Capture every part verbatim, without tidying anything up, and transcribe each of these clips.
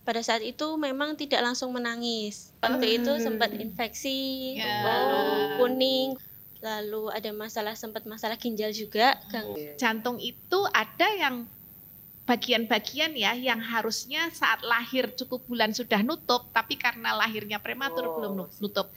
pada saat itu memang tidak langsung menangis. Waktu itu sempat infeksi, Ya. lalu kuning, lalu ada masalah sempat masalah ginjal juga. Gang- Jantung itu ada yang bagian-bagian ya yang harusnya saat lahir cukup bulan sudah nutup, tapi karena lahirnya prematur Oh. belum nutup.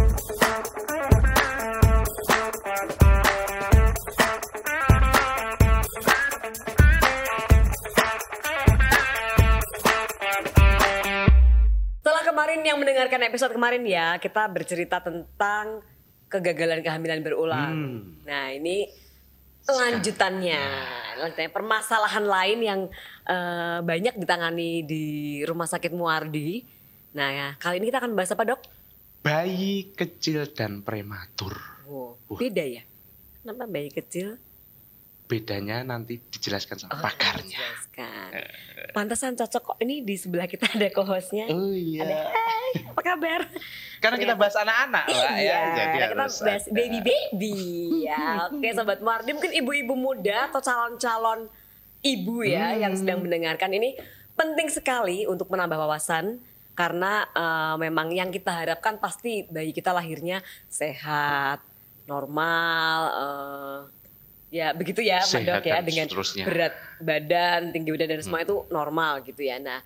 Setelah kemarin yang mendengarkan episode kemarin ya, kita bercerita tentang kegagalan kehamilan berulang. Hmm. Nah ini lanjutannya, lanjutannya permasalahan lain yang eh, banyak ditangani di Rumah Sakit Muardi. Nah ya, kali ini kita akan bahas apa dok? Bayi kecil dan prematur. Oh, Wah. beda ya? Kenapa bayi kecil? Bedanya nanti dijelaskan sama pakarnya. Jelaskan. Pantesan cocok kok, ini di sebelah kita ada co-hostnya. Oh iya. Ada, hai, apa kabar? Karena kita bahas anak-anak Pak, Iya, ya. Jadi kita harus bahas ada. baby-baby ya. Oke Sobat Muardi, mungkin ibu-ibu muda atau calon-calon ibu ya Hmm. yang sedang mendengarkan ini penting sekali untuk menambah wawasan. Karena eh, memang yang kita harapkan pasti bayi kita lahirnya sehat, normal, eh, ya begitu ya Mbak Sehat Dok ya, dan dengan seterusnya. berat badan, tinggi badan dan semua itu normal gitu ya. Nah,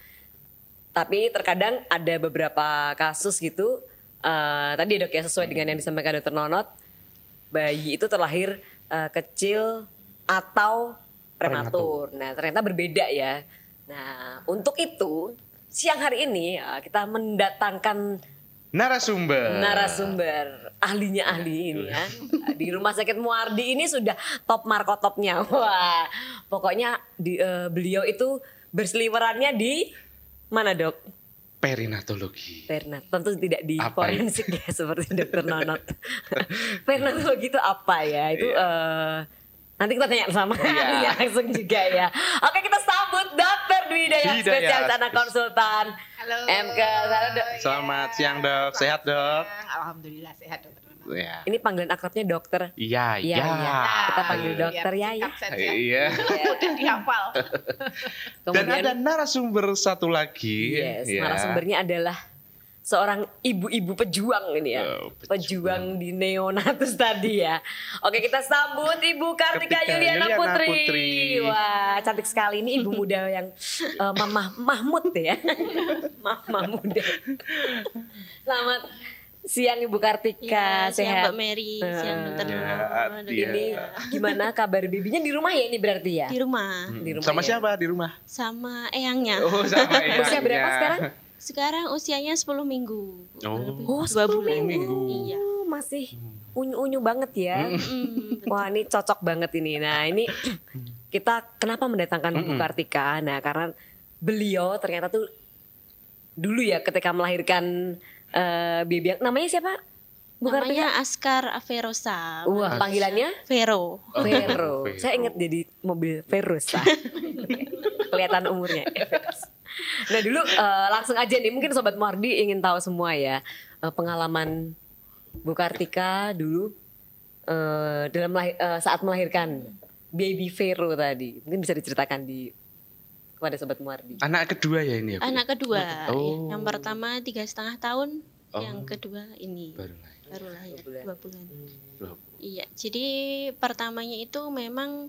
tapi terkadang ada beberapa kasus gitu, eh, tadi dok ya sesuai dengan yang disampaikan dokter Nonot, bayi itu terlahir eh, kecil atau prematur. Nah ternyata berbeda ya. Nah untuk itu siang hari ini eh, kita mendatangkan Narasumber. narasumber ahlinya ahli ini ya. Di Rumah Sakit Muardi ini sudah top markotopnya. Wah, pokoknya di, eh, beliau itu berseliwerannya di mana dok? Perinatologi. Pernat, tentu tidak di Apa forensik ya seperti dokter Nonot. Pernatologi itu apa ya? Itu eh, nanti kita tanya sama Iya. ahlinya langsung juga ya. Oke kita sambut dokter Dwi Dayat, Dwi Dayat. spesialis anak konsultan. Halo. M K. Halo, Dok. Selamat siang dok, sehat dok. Alhamdulillah sehat dokter. Ya. Ini panggilan akrabnya dokter. Iya, Iya, iya. iya. Kita panggil dokter ya, ya. Iya. Mudah dihafal. Dan Kemudian ada narasumber satu lagi. yes, ya. narasumbernya adalah seorang ibu-ibu pejuang ini ya. Oh, pejuang. di neonatus tadi ya. Oke, kita sambut Ibu Kartika Kartika Yuliana Yuliana Putri. Putri. Wah, cantik sekali ini ibu muda yang eh, mamah Mahmud ya. Mamah muda. Selamat siang Ibu Kartika, Ya, siang sehat. Mbak Mary, siang Eh, dokter ya, Nonot. iya. Ini gimana kabar babynya di rumah ya ini berarti ya? Di rumah Hmm, di rumah Sama ya. siapa di rumah? sama eyangnya. Oh, sama Usia berapa eyangnya. sekarang? Sekarang usianya sepuluh minggu. Oh. Lebih Oh, dua sepuluh bulan. minggu. Iya. Masih unyu-unyu banget ya. Mm, Wah ini cocok banget ini. Nah ini kita kenapa mendatangkan Bu Mm-mm. Kartika? Nah karena beliau ternyata tuh dulu ya ketika melahirkan eh baby yang namanya siapa? Bu Kartika? namanya Askar Averosa. Wah panggilannya Vero. Oh, Vero. Vero. Saya ingat jadi mobil Verosa. Kelihatan umurnya. Nah dulu eh, langsung aja nih mungkin Sobat Muardi ingin tahu semua ya eh, pengalaman Bu Kartika dulu eh, dalam melahi- eh, saat melahirkan baby Vero tadi. Mungkin bisa diceritakan di kepada Sobat Muardi. Anak kedua ya ini ya? Bu? Anak kedua. Oh. Yang pertama tiga setengah tahun. Oh. Yang kedua ini Baru lahir. baru lahir Dua bulan. dua bulan. Loh, Iya. Jadi pertamanya itu memang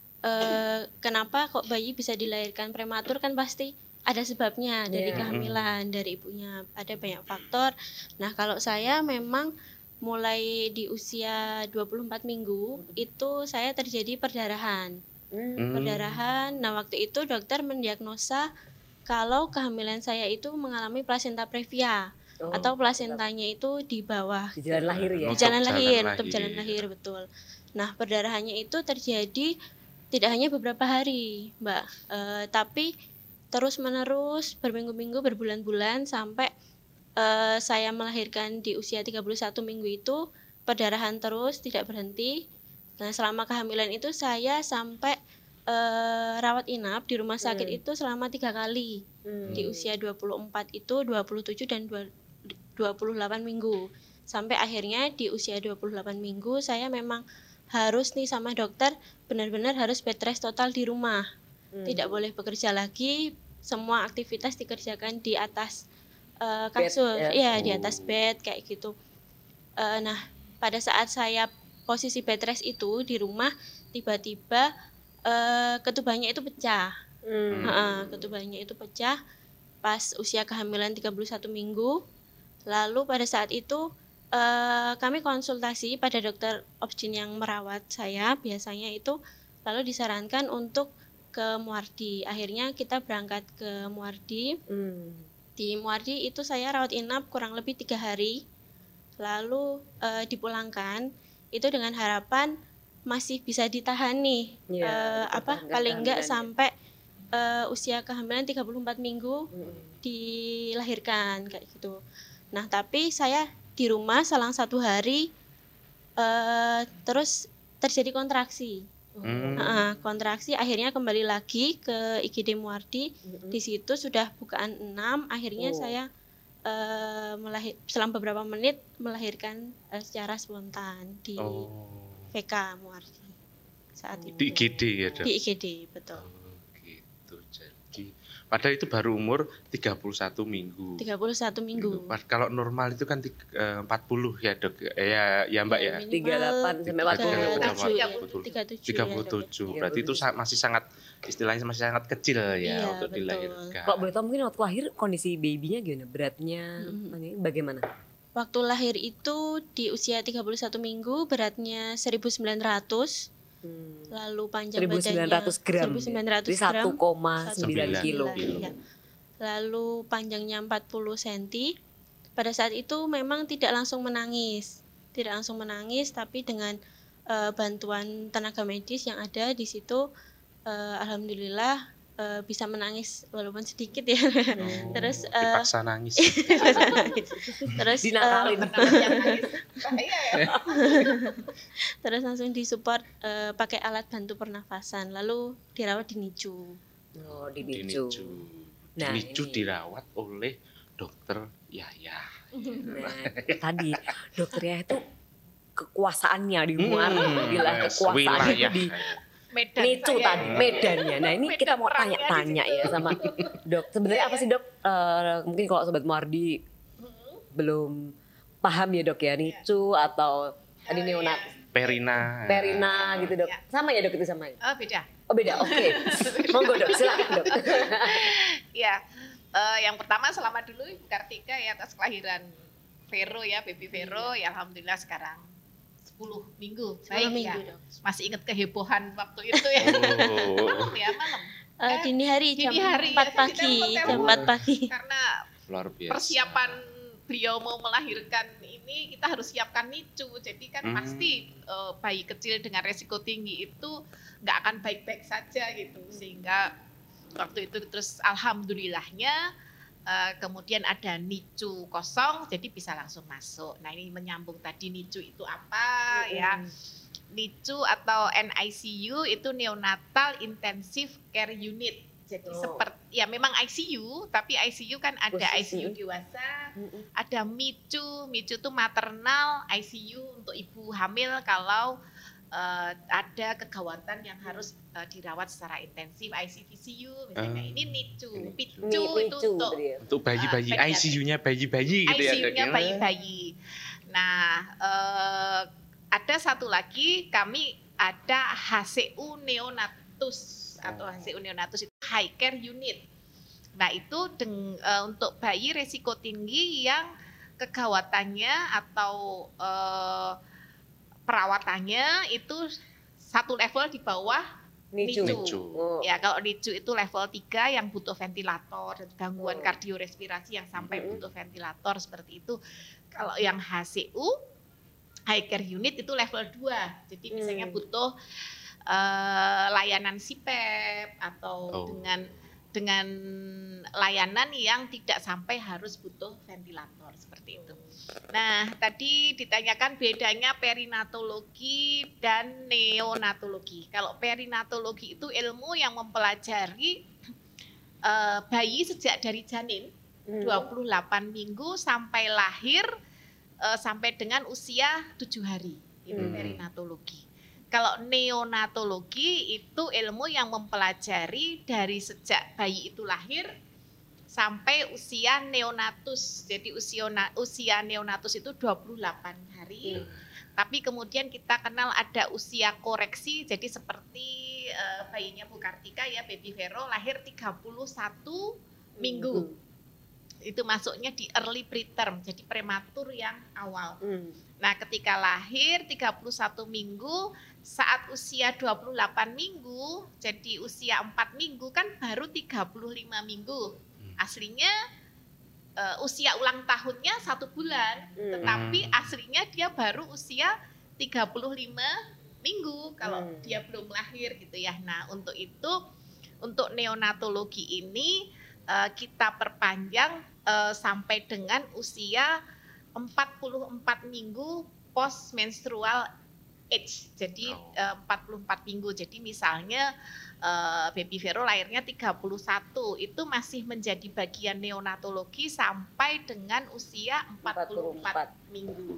eh, kenapa kok bayi bisa dilahirkan prematur kan pasti ada sebabnya dari Iya. kehamilan dari ibunya, ada banyak faktor. Nah kalau saya memang mulai di usia dua puluh empat minggu itu saya terjadi perdarahan Hmm. Hmm. perdarahan. Nah waktu itu dokter mendiagnosa kalau kehamilan saya itu mengalami plasenta previa Oh, atau plasentanya itu di bawah di jalan lahir ya. di Untuk jalan jalan lahir, lahir. untuk jalan lahir betul. Nah perdarahannya itu terjadi tidak hanya beberapa hari, Mbak, Eh, tapi terus menerus berminggu-minggu, berbulan-bulan sampai eh, saya melahirkan di usia tiga puluh satu minggu itu perdarahan terus tidak berhenti. Nah selama kehamilan itu saya sampai eh, rawat inap di rumah sakit Hmm. itu selama tiga kali. Hmm. Di usia dua puluh empat itu dua puluh tujuh dan dua puluh delapan minggu. Sampai akhirnya di usia dua puluh delapan minggu saya memang harus nih sama dokter benar-benar harus bed rest total di rumah. Hmm. Tidak boleh bekerja lagi, semua aktivitas dikerjakan di atas uh, Bed, kasur, ya. ya di Oh. atas bed kayak gitu. Uh, nah pada saat saya posisi bed rest itu di rumah, tiba-tiba uh, ketubannya itu pecah. Hmm. Heeh, ketubannya itu pecah pas usia kehamilan tiga puluh satu minggu. Lalu pada saat itu uh, kami konsultasi pada dokter obgyn yang merawat saya biasanya itu, lalu disarankan untuk ke Muardi. Akhirnya kita berangkat ke Muardi. Hmm. Di Muardi itu saya rawat inap kurang lebih tiga hari, lalu uh, dipulangkan itu dengan harapan masih bisa ditahan nih, Ya, uh, apa dipertahankan paling enggak kehamilannya. sampai uh, usia kehamilan tiga puluh empat minggu Hmm. dilahirkan kayak gitu. Nah tapi saya di rumah selang satu hari uh, terus terjadi kontraksi. Hmm. Heeh, kontraksi akhirnya kembali lagi ke I G D Muardi. Hmm. Di situ sudah bukaan enam, akhirnya Oh. saya uh, melahir selang beberapa menit melahirkan uh, secara spontan di Oh. V K Muardi saat itu. Di I G D ya, Dok? Di I G D, betul. Oh, gitu. Jadi padahal itu baru umur tiga puluh satu minggu. tiga puluh satu minggu. Pas- Kalau normal itu kan tiga- eh, empat puluh ya, Dok. Eh, Ya, ya Mbak ya. Minimal tiga puluh delapan sampai empat puluh. tiga puluh tujuh, tiga ya. puluh tiga puluh tujuh, tiga ya, puluh Dok, ya. tujuh. Berarti itu sa- masih sangat istilahnya masih sangat kecil ya Iya, untuk betul. dilahirkan. Kalau boleh tahu mungkin waktu lahir kondisi babynya gimana? Beratnya Mm-mm. ini bagaimana? Waktu lahir itu di usia tiga puluh satu minggu, beratnya seribu sembilan ratus, Hmm. lalu panjang seribu sembilan ratus gram. seribu sembilan ratus Jadi gram, satu koma sembilan Sembilan kilo. kilo. iya. Lalu panjangnya empat puluh sentimeter. Pada saat itu memang tidak langsung menangis, tidak langsung menangis, tapi dengan eh, bantuan tenaga medis yang ada di situ, eh, alhamdulillah eh, bisa menangis walaupun sedikit ya. Oh, Terus, eh, dipaksa nangis. Terus eh, Dinakalin. Pertama yang nangis, bahaya ya. terus langsung disupport eh, pakai alat bantu pernafasan, lalu dirawat di NICU. Oh, di Di Nicu. Nicu. Di Nah, Nicu ini. dirawat oleh dokter Yahya. Nah, tadi dokternya itu kekuasaannya di Muar, Hmm, bilang yes, kekuasaannya itu wilayah. di Medan Nicu saya. tadi, medannya. Nah ini Medan kita mau perangnya di tanya-tanya situ. ya sama dok. Sebenarnya apa sih dok? Eh, mungkin kalau sobat Muardi belum paham ya dok ya, Nicu atau tadi Oh, neonat, Perina. Perina gitu dok. Ya. Sama ya dok itu sama ya? Oh beda. Oh beda, oke. Monggo dok, silakan dok. Ya, eh, yang pertama selamat dulu Ibu Kartika ya atas kelahiran Vero ya, baby Vero ya alhamdulillah sekarang sepuluh minggu. sepuluh Baik minggu, ya. Dok. Masih ingat kehebohan waktu itu ya. Oh. Malam ya, malam. Eh, Eh, dini hari jam dini hari, empat ya, pagi, telepon-telepon. jam empat pagi. Karena Luar biasa. persiapan beliau mau melahirkan ini kita harus siapkan nicu. Jadi kan Hmm. pasti eh, bayi kecil dengan resiko tinggi itu nggak akan baik-baik saja gitu. Sehingga waktu itu terus alhamdulillahnya eh, kemudian ada nicu kosong jadi bisa langsung masuk. Nah ini menyambung tadi nicu itu apa ya. NICU atau N I C U itu neonatal intensive care unit. Jadi Oh. seperti ya memang I C U, tapi I C U kan ada I C U Khusus, dewasa, Mm-mm. ada MICU, MICU itu maternal, I C U untuk ibu hamil kalau eh, ada kegawatan yang harus eh, dirawat secara intensif, I C V U misalnya. Ah, ini NICU, ini. PICU Mi- itu Micu untuk tadi ya. Untuk bayi-bayi, Ah, I C U-nya bayi-bayi gitu ya. Dok, I C U-nya ya? bayi-bayi. Nah, eh, ada satu lagi kami ada H C U neonatus atau H C U neonatus itu high care unit. Nah, itu deng- eh, untuk bayi resiko tinggi yang kegawatannya atau eh, perawatannya itu satu level di bawah Nicu. Nicu. Oh. Ya, kalau NICU itu level tiga yang butuh ventilator dan Oh. gangguan kardiorespirasi yang sampai Mm-mm. butuh ventilator seperti itu. Kalau yang H C U high care unit itu level dua. Jadi misalnya Hmm. butuh eh, layanan C P A P atau Oh. dengan dengan layanan yang tidak sampai harus butuh ventilator seperti itu. Nah, tadi ditanyakan bedanya perinatologi dan neonatologi. Kalau perinatologi itu ilmu yang mempelajari eh, bayi sejak dari janin Hmm. dua puluh delapan minggu sampai lahir eh, sampai dengan usia tujuh hari. Itu Hmm. perinatologi. Kalau neonatologi itu ilmu yang mempelajari dari sejak bayi itu lahir sampai usia neonatus. Jadi usia usia neonatus itu dua puluh delapan hari. Hmm. Tapi kemudian kita kenal ada usia koreksi. Jadi seperti uh, bayinya Bu Kartika ya, Baby Vero lahir tiga puluh satu minggu. Hmm. Itu masuknya di early preterm, jadi prematur yang awal. Hmm. Nah, ketika lahir tiga puluh satu minggu, saat usia dua puluh delapan minggu, jadi usia empat minggu kan baru tiga puluh lima minggu. Aslinya uh, usia ulang tahunnya satu bulan, hmm. tetapi aslinya dia baru usia tiga puluh lima minggu kalau hmm. dia belum lahir gitu ya. Nah, untuk itu, untuk neonatologi ini uh, kita perpanjang uh, sampai dengan usia empat puluh empat minggu post menstrual age. Jadi oh. uh, empat puluh empat minggu. Jadi misalnya uh, Baby Vero lahirnya tiga puluh satu, itu masih menjadi bagian neonatologi sampai dengan usia empat puluh empat minggu.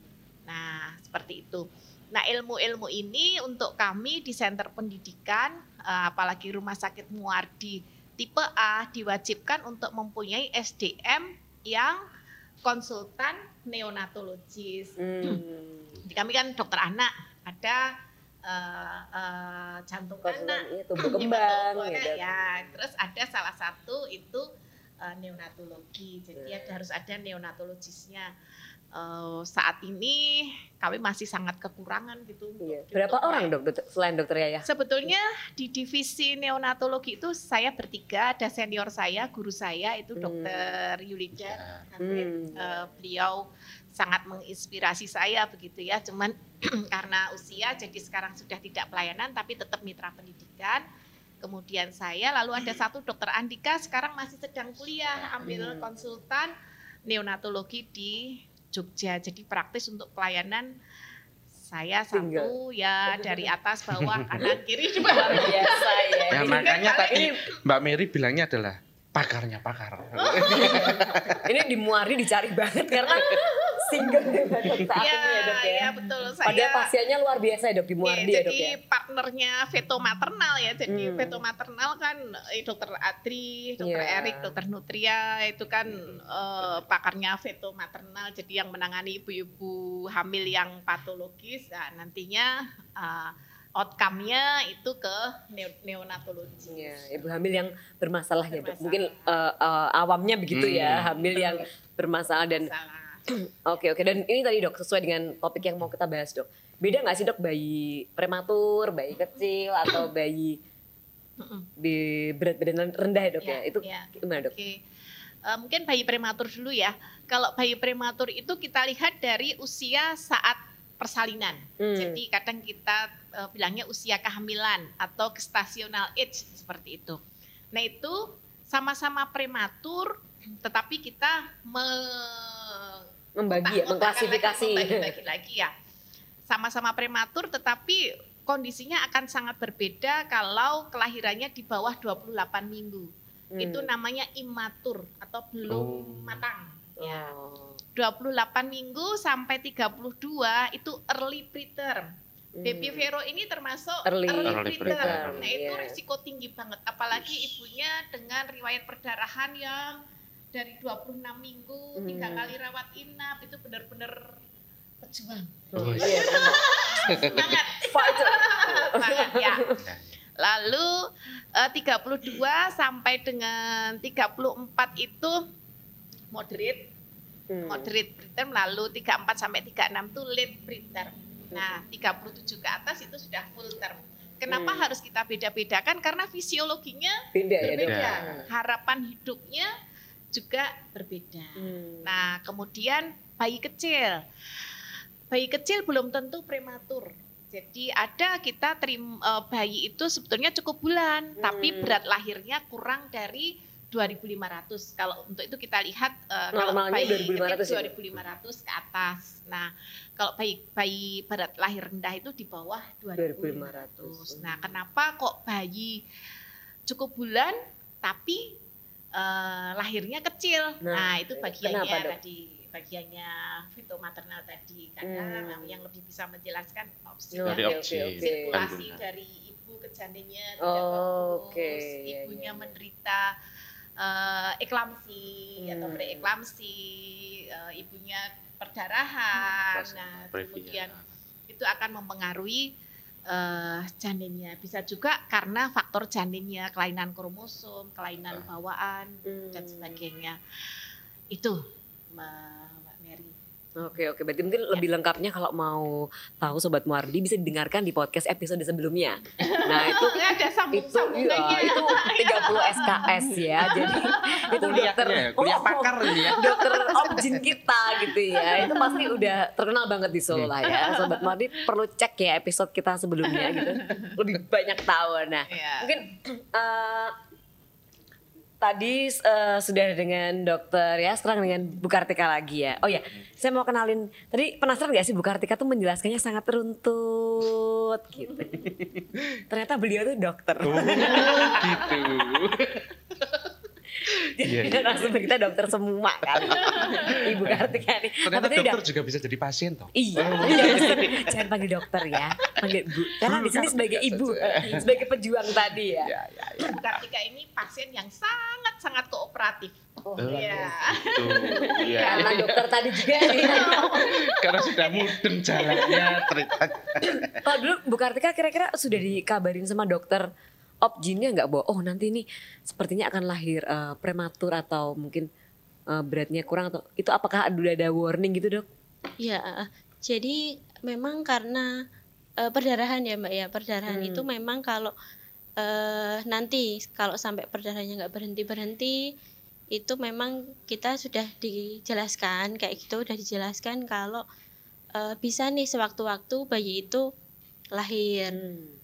Nah, seperti itu. Nah, ilmu-ilmu ini untuk kami di Center Pendidikan, uh, apalagi Rumah Sakit Muardi tipe A, diwajibkan untuk mempunyai S D M yang konsultan neonatologis. Hmm. Jadi kami kan dokter anak, ada uh, uh, jantung anak, iya, tumbuh kembang, gitu. Ya. Terus ada salah satu itu uh, neonatologi. Jadi hmm. ada, harus ada neonatologisnya. Uh, saat ini kami masih sangat kekurangan gitu. Iya. Berapa orang dok, dokter, selain dokter Yaya? Sebetulnya di divisi neonatologi itu saya bertiga, ada senior saya, guru saya itu hmm. dokter Yulida. Hmm. Uh, beliau sangat menginspirasi saya begitu ya. Cuman karena usia jadi sekarang sudah tidak pelayanan tapi tetap mitra pendidikan. Kemudian saya, lalu ada satu dokter Andika sekarang masih sedang kuliah ambil hmm. konsultan neonatologi di Jogja. Jadi praktis untuk pelayanan saya satu Tinggal. ya dari atas bawah kanan kiri juga biasa ya. Ya makanya tadi Mbak Mary bilangnya adalah pakarnya pakar. Oh. Ini di Muardi dicari banget karena single saat ya, ini ya dok ya. Ya betul. Saya, padahal pasiennya luar biasa ya dok di Muardi ya, ya dok ya. Jadi partnernya veto maternal ya. Jadi hmm. veto maternal kan eh, dokter Adri, dokter yeah. Erik, dokter Nutria itu kan eh, pakarnya veto maternal. Jadi yang menangani ibu-ibu hamil yang patologis. Nah, nantinya uh, outcome-nya itu ke neonatologi. Ya, ibu hamil yang bermasalah, bermasalah. ya dok. Mungkin uh, uh, awamnya begitu hmm. ya, hamil yang bermasalah dan Oke oke dan ini tadi dok sesuai dengan topik yang mau kita bahas dok. Beda nggak sih dok bayi prematur, bayi kecil atau bayi berat badan rendah ya dok ya? ya? Itu ya. Gimana dok? Oke. Uh, mungkin bayi prematur dulu ya. Kalau bayi prematur itu kita lihat dari usia saat persalinan. Hmm. Jadi kadang kita uh, bilangnya usia kehamilan atau gestational age seperti itu. Nah itu sama-sama prematur, tetapi kita me membagi, ya, mengklasifikasi, membagi lagi ya. Sama-sama prematur, tetapi kondisinya akan sangat berbeda kalau kelahirannya di bawah dua puluh delapan minggu. Hmm. Itu namanya imatur atau belum oh. matang. Ya. Oh. dua puluh delapan minggu sampai tiga puluh dua itu early preterm. Hmm. Baby Vero ini termasuk early, early, early preterm. preterm. Nah itu yeah. risiko tinggi banget. Apalagi ibunya dengan riwayat perdarahan yang dari dua puluh enam minggu, hmm. tiga kali rawat inap, itu benar-benar pejuang. Oh, iya. Semangat. Semangat ya. Lalu uh, tiga puluh dua sampai dengan tiga puluh empat itu moderate. Hmm. Moderate preterm, lalu tiga puluh empat sampai tiga puluh enam itu late preterm. Nah, tiga puluh tujuh ke atas itu sudah full term. Kenapa hmm. harus kita beda-bedakan? Karena fisiologinya Beda, berbeda. Ya, harapan hidupnya juga berbeda. Hmm. Nah, kemudian bayi kecil. Bayi kecil belum tentu prematur. Jadi ada kita terima uh, bayi itu sebetulnya cukup bulan, hmm. tapi berat lahirnya kurang dari dua ribu lima ratus. Kalau untuk itu kita lihat uh, kalau bayi dua ribu lima ratus ke atas. Nah, kalau bayi bayi berat lahir rendah itu di bawah dua ribu lima ratus. Nah, kenapa kok bayi cukup bulan tapi Uh, lahirnya kecil, nah, nah itu bagiannya tadi bagiannya fitomaternal tadi karena Hmm. yang lebih bisa menjelaskan opsi Oke, Dari dari opsi. oke, oke. sirkulasi Kandungan. dari ibu ke janinnya tidak Oh, bagus, oke, iya, ibunya iya, iya. menderita eh, eklamsi atau Hmm. preeklamsi, eh, ibunya perdarahan, Pas- nah Brevi, kemudian ya. itu akan mempengaruhi eh, janinnya. Bisa juga karena faktor janinnya, kelainan kromosom, kelainan Ah. bawaan dan Hmm. sebagainya. Itu Mbak Mbak Mary. Oke oke, berarti mungkin lebih lengkapnya kalau mau tahu Sobat Muardi bisa didengarkan di podcast episode sebelumnya. Nah itu ada itu sambung-sambungannya. iya, itu tiga puluh S K S ya. Jadi itu dokter Kuliahnya, kuliah oh, pakar ini ya. dokter objin kita gitu ya. Itu pasti udah terkenal banget di Solo lah ya. Sobat Muardi perlu cek ya episode kita sebelumnya gitu. Lebih banyak tahu. Nah, Iya. mungkin eh, tadi eh, sudah dengan dokter ya, sekarang dengan Bu Kartika lagi ya. Oh ya, saya mau kenalin. Tadi penasaran gak sih Bu Kartika tuh menjelaskannya sangat runtut gitu. Ternyata beliau tuh dokter. Oh, gitu. Jadi Iya, iya. langsung kita dokter semua kali. Ibu Kartika nih. Ternyata Tapi dia dokter udah- juga bisa jadi pasien toh. Iya, tapi jangan panggil dokter ya, panggil Bu. Karena di sini sebagai ibu, sebagai pejuang tadi ya. Ya, ya, ya. Bu Kartika ini pasien yang sangat-sangat kooperatif. Oh, Iya. Tuh, iya. Karena dokter tadi juga nih. Karena sudah mudeng jalannya ternyata. Kalau dulu Bu Kartika kira-kira sudah dikabarin sama dokter objinnya nggak bahwa oh nanti ini sepertinya akan lahir eh, prematur atau mungkin eh, beratnya kurang atau itu apakah udah ada warning gitu dok? Ya, jadi memang karena eh, perdarahan ya Mbak ya, perdarahan Hmm. itu memang kalau eh, nanti kalau sampai perdarahannya nggak berhenti-berhenti, itu memang kita sudah dijelaskan kayak gitu, udah dijelaskan kalau eh, bisa nih sewaktu-waktu bayi itu lahir.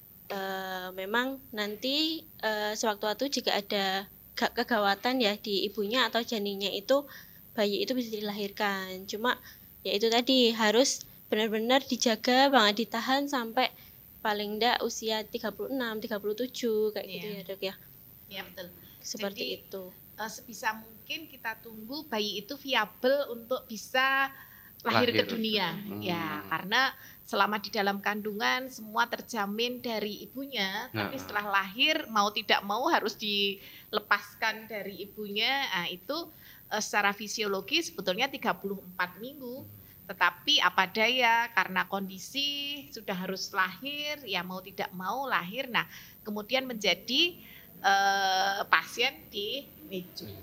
Eh, memang nanti eh, sewaktu-waktu jika ada ga- kegawatan ya di ibunya atau janinnya itu bayi itu bisa dilahirkan. Cuma ya itu tadi harus benar-benar dijaga banget, ditahan sampai paling enggak usia tiga puluh enam, tiga puluh tujuh kayak gitu Iya. ya dok ya. Ya betul. Seperti Jadi, itu. Eh, sebisa mungkin kita tunggu bayi itu viabel untuk bisa lahir, Lahir. ke dunia. Hmm. Ya, karena selama di dalam kandungan semua terjamin dari ibunya, Nah. tapi setelah lahir mau tidak mau harus dilepaskan dari ibunya. Nah, itu eh, secara fisiologi sebetulnya tiga puluh empat minggu. Tetapi apa daya karena kondisi sudah harus lahir, ya mau tidak mau lahir. Nah, kemudian menjadi eh, pasien di N I C U.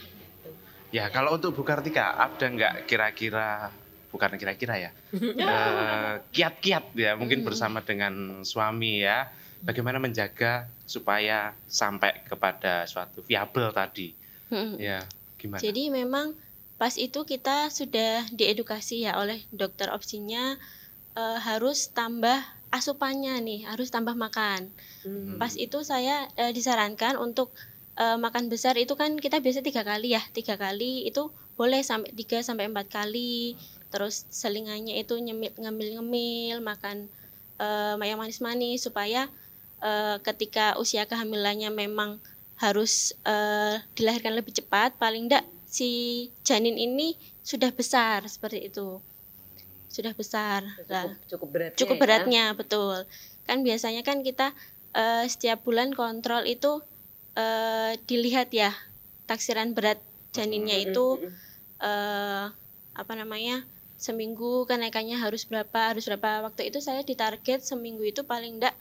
Ya, kalau untuk Bu Kartika ada nggak kira-kira, bukan kira-kira ya, eh, kiat-kiat ya mungkin Hmm. bersama dengan suami ya, bagaimana menjaga supaya sampai kepada suatu viabel tadi, Mm-mm. ya gimana? Jadi memang pas itu kita sudah diedukasi ya oleh dokter opsinya, eh, harus tambah asupannya nih, harus tambah makan. Hmm. Pas itu saya eh, disarankan untuk eh, makan besar itu kan kita biasa tiga kali ya, tiga kali itu boleh sampai tiga sampai empat kali. Terus selingannya itu nyemil ngemil-ngemil, makan eh, yang manis-manis supaya eh, ketika usia kehamilannya memang harus eh, dilahirkan lebih cepat, paling enggak si janin ini sudah besar seperti itu. Sudah besar. Lah, Cukup, cukup beratnya. cukup ya. beratnya betul kan biasanya kan kita eh, setiap bulan kontrol itu eh, dilihat ya taksiran berat janinnya Mm, itu mm, mm. eh, apa namanya seminggu kenaikannya harus berapa harus berapa waktu itu saya ditarget seminggu itu paling enggak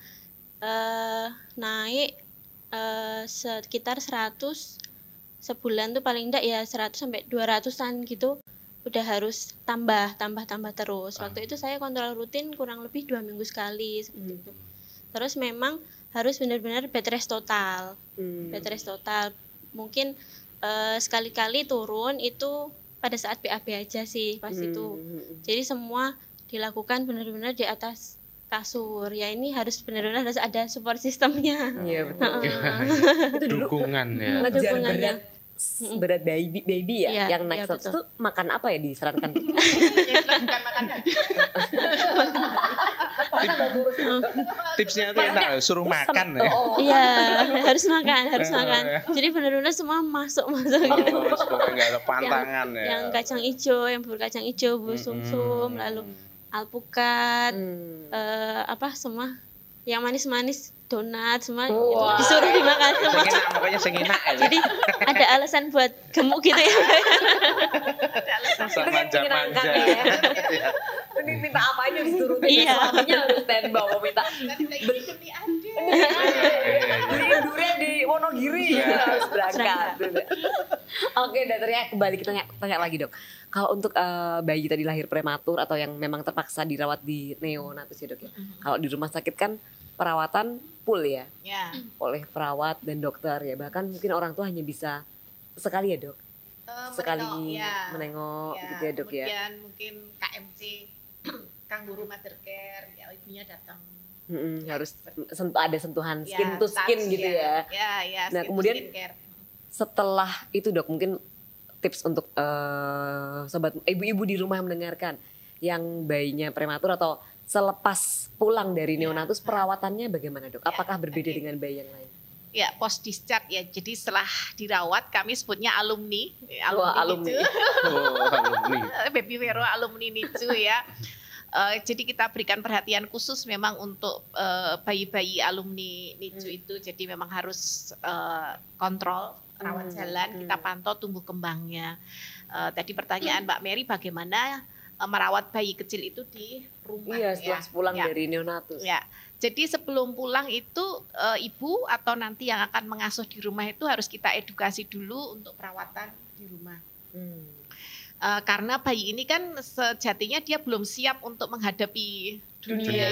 eh, naik eh, sekitar seratus sebulan tuh paling enggak ya seratus sampai dua ratusan gitu udah harus tambah tambah tambah terus waktu itu saya kontrol rutin kurang lebih dua minggu sekali seperti itu terus memang harus benar-benar bed rest total Hmm. bed rest total mungkin eh, sekali-kali turun itu pada saat B A B aja sih pas Hmm, itu hmm, hmm. jadi semua dilakukan benar-benar di atas kasur ya ini harus benar-benar harus ada support sistemnya Iya betul. Heeh. Itu dulu Dukungan ya. ngejar Dukungannya. berat Mm-mm. berat baby baby ya, Iya, yang naik iya, status betul. tuh makan apa ya disarankan? Ya, bukan makanan. Tipsnya tuh enak, suruh makan ya. Oh, Iya, harus makan, harus Eh. makan. Jadi benar-benar semua masuk masuk gitu. Oh, supaya nggak ada pantangan ya. Yang kacang hijau, yang bubur kacang hijau, bubur sumsum, lalu alpukat, hmm. eh, apa semua yang manis-manis, donat semua Wah. itu disuruh dimakan semua. Sing enak, pokoknya sing enak aja. Jadi ada alasan buat gemuk gitu ya. Sama Itu kan menyenangkan manja. ya. Iya. Ini minta apa aja diturutin. Iya. Suaminya harus standby mau minta Nanti lagi demi ada. beliin durian di Wonogiri. Iya. Harus berangkat. Oke, dokternya kembali kita tanya, tanya lagi dok. Kalau untuk eh, bayi tadi lahir prematur atau yang memang terpaksa dirawat di neonatus ya dok ya. Kalau di rumah sakit kan perawatan full ya Ya. oleh perawat dan dokter ya. Bahkan mungkin orang tua hanya bisa sekali ya dok. Eh, Sekali menengok, ya. menengok Ya, gitu ya dok ya. Kemudian mungkin K M C, Kangguru Mother Care, ya ibunya datang. Mm-mm, harus sentuh ada sentuhan Ya, skin to skin touch, gitu ya. Ya, ya. Nah, skin to kemudian skin care. Setelah itu dok mungkin tips untuk eh, sobat ibu-ibu di rumah yang mendengarkan yang bayinya prematur atau selepas pulang dari Ya. neonatus perawatannya bagaimana dok? Ya, Apakah berbeda oke. dengan bayi yang lain? Ya, post discharge ya. Jadi setelah dirawat kami sebutnya alumni. Wah, alumni. Nicu. Oh, alumni. Baby Vero alumni Nicu ya. Eh, jadi kita berikan perhatian khusus memang untuk eh, bayi-bayi alumni Nicu Hmm. itu. Jadi memang harus eh, kontrol rawat Hmm, jalan, hmm. kita pantau tumbuh kembangnya. Eh, tadi pertanyaan Mbak Mary bagaimana eh, merawat bayi kecil itu di rumah Iya ya. setelah pulang Ya. dari neonatus. Ya, jadi sebelum pulang itu e, ibu atau nanti yang akan mengasuh di rumah itu harus kita edukasi dulu untuk perawatan di rumah. Hmm. E, karena bayi ini kan sejatinya dia belum siap untuk menghadapi dunia, Dunia.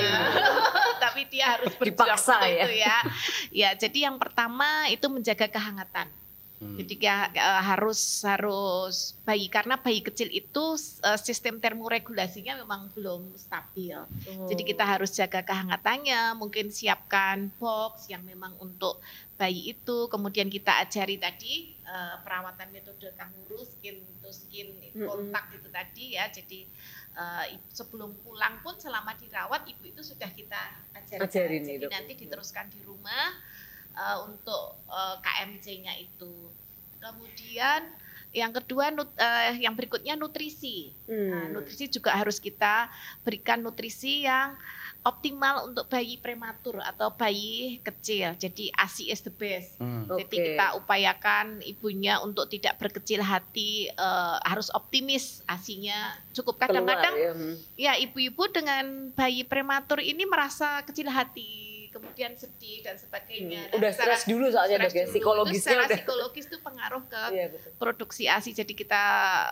tapi dia harus berjuang Dipaksa untuk ya. itu ya. Ya, jadi yang pertama itu menjaga kehangatan. Hmm. Jadi ya, eh, harus harus bayi karena bayi kecil itu eh, sistem termoregulasinya memang belum stabil. Oh. Jadi kita harus jaga kehangatannya, mungkin siapkan box yang memang untuk bayi itu. Kemudian kita ajari tadi eh, perawatan metode kangguru skin to skin Mm-mm. kontak itu tadi ya. Jadi eh, i- sebelum pulang pun selama dirawat ibu itu sudah kita ajarkan. Ajarin Jadi nih, dok. nanti diteruskan di rumah eh, untuk eh, K M C-nya itu. Kemudian yang kedua nut- eh, yang berikutnya nutrisi. Nah, Hmm. nutrisi juga harus kita berikan nutrisi yang optimal untuk bayi prematur atau bayi kecil. Jadi A S I is the best. Hmm. Oke. Jadi kita upayakan ibunya untuk tidak berkecil hati, eh, harus optimis A S I-nya cukup. Keluar, Kadang-kadang ya. Hmm. ya ibu-ibu dengan bayi prematur ini merasa kecil hati, kemudian sedih dan sebagainya. Hmm. Udah Nah, secara- stres dulu soalnya dok stres ya. dulu. Psikologisnya Itu secara udah. psikologis itu pengaruh ke Iya betul. produksi A S I. Jadi kita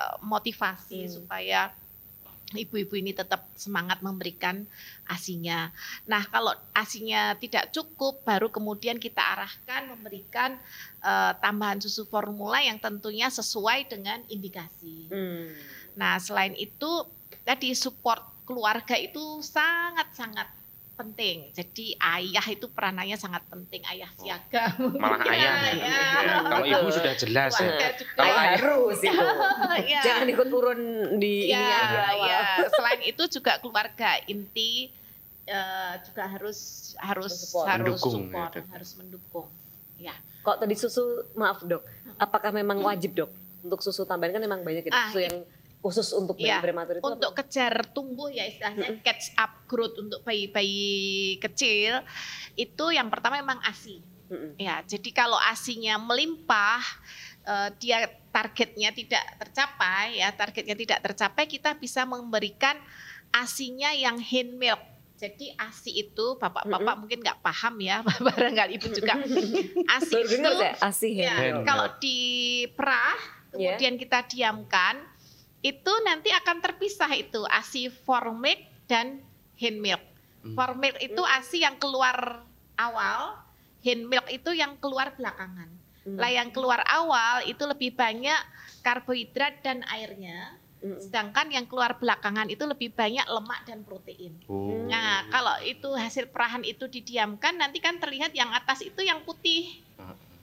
motivasi Hmm. supaya ibu-ibu ini tetap semangat memberikan A S I-nya. Nah, kalau A S I-nya tidak cukup, baru kemudian kita arahkan memberikan eh, tambahan susu formula yang tentunya sesuai dengan indikasi. Hmm. Nah, selain itu tadi support keluarga itu sangat-sangat penting. Jadi ayah itu peranannya sangat penting, ayah siaga. Malah Ya, ayah. ya. Ya, kalau ibu sudah jelas ya. Keluarga juga. Kalau harus itu. Ya. Jangan ikut turun di Ya, ini aja awal. ya. Selain itu juga keluarga inti eh, juga harus harus Support. harus Mendukung, support, ya, Dok. harus mendukung. Ya. Kok tadi susu, maaf dok, apakah memang wajib dok untuk susu tambahan kan memang banyak ya, Ah, susu yang khusus untuk bayi Iya, prematur itu untuk apa? kejar tumbuh ya istilahnya catch up growth untuk bayi-bayi kecil itu yang pertama memang A S I. Mm-mm. Ya, jadi kalau A S I-nya melimpah, eh, dia targetnya tidak tercapai, ya targetnya tidak tercapai, kita bisa memberikan A S I-nya yang hand milk. Jadi A S I itu bapak-bapak mungkin nggak paham ya, barangkali ibu juga. A S I Baru itu dengar saya ASI ya, hand milk. kalau diperah, kemudian kita diamkan, itu nanti akan terpisah itu A S I for milk dan hand milk. Hmm. For milk itu A S I yang keluar awal, hand milk itu yang keluar belakangan. Hmm. Lah yang keluar awal itu lebih banyak karbohidrat dan airnya, Mm-mm. sedangkan yang keluar belakangan itu lebih banyak lemak dan protein. Oh. Nah, kalau itu hasil perahan itu didiamkan, nanti kan terlihat yang atas itu yang putih.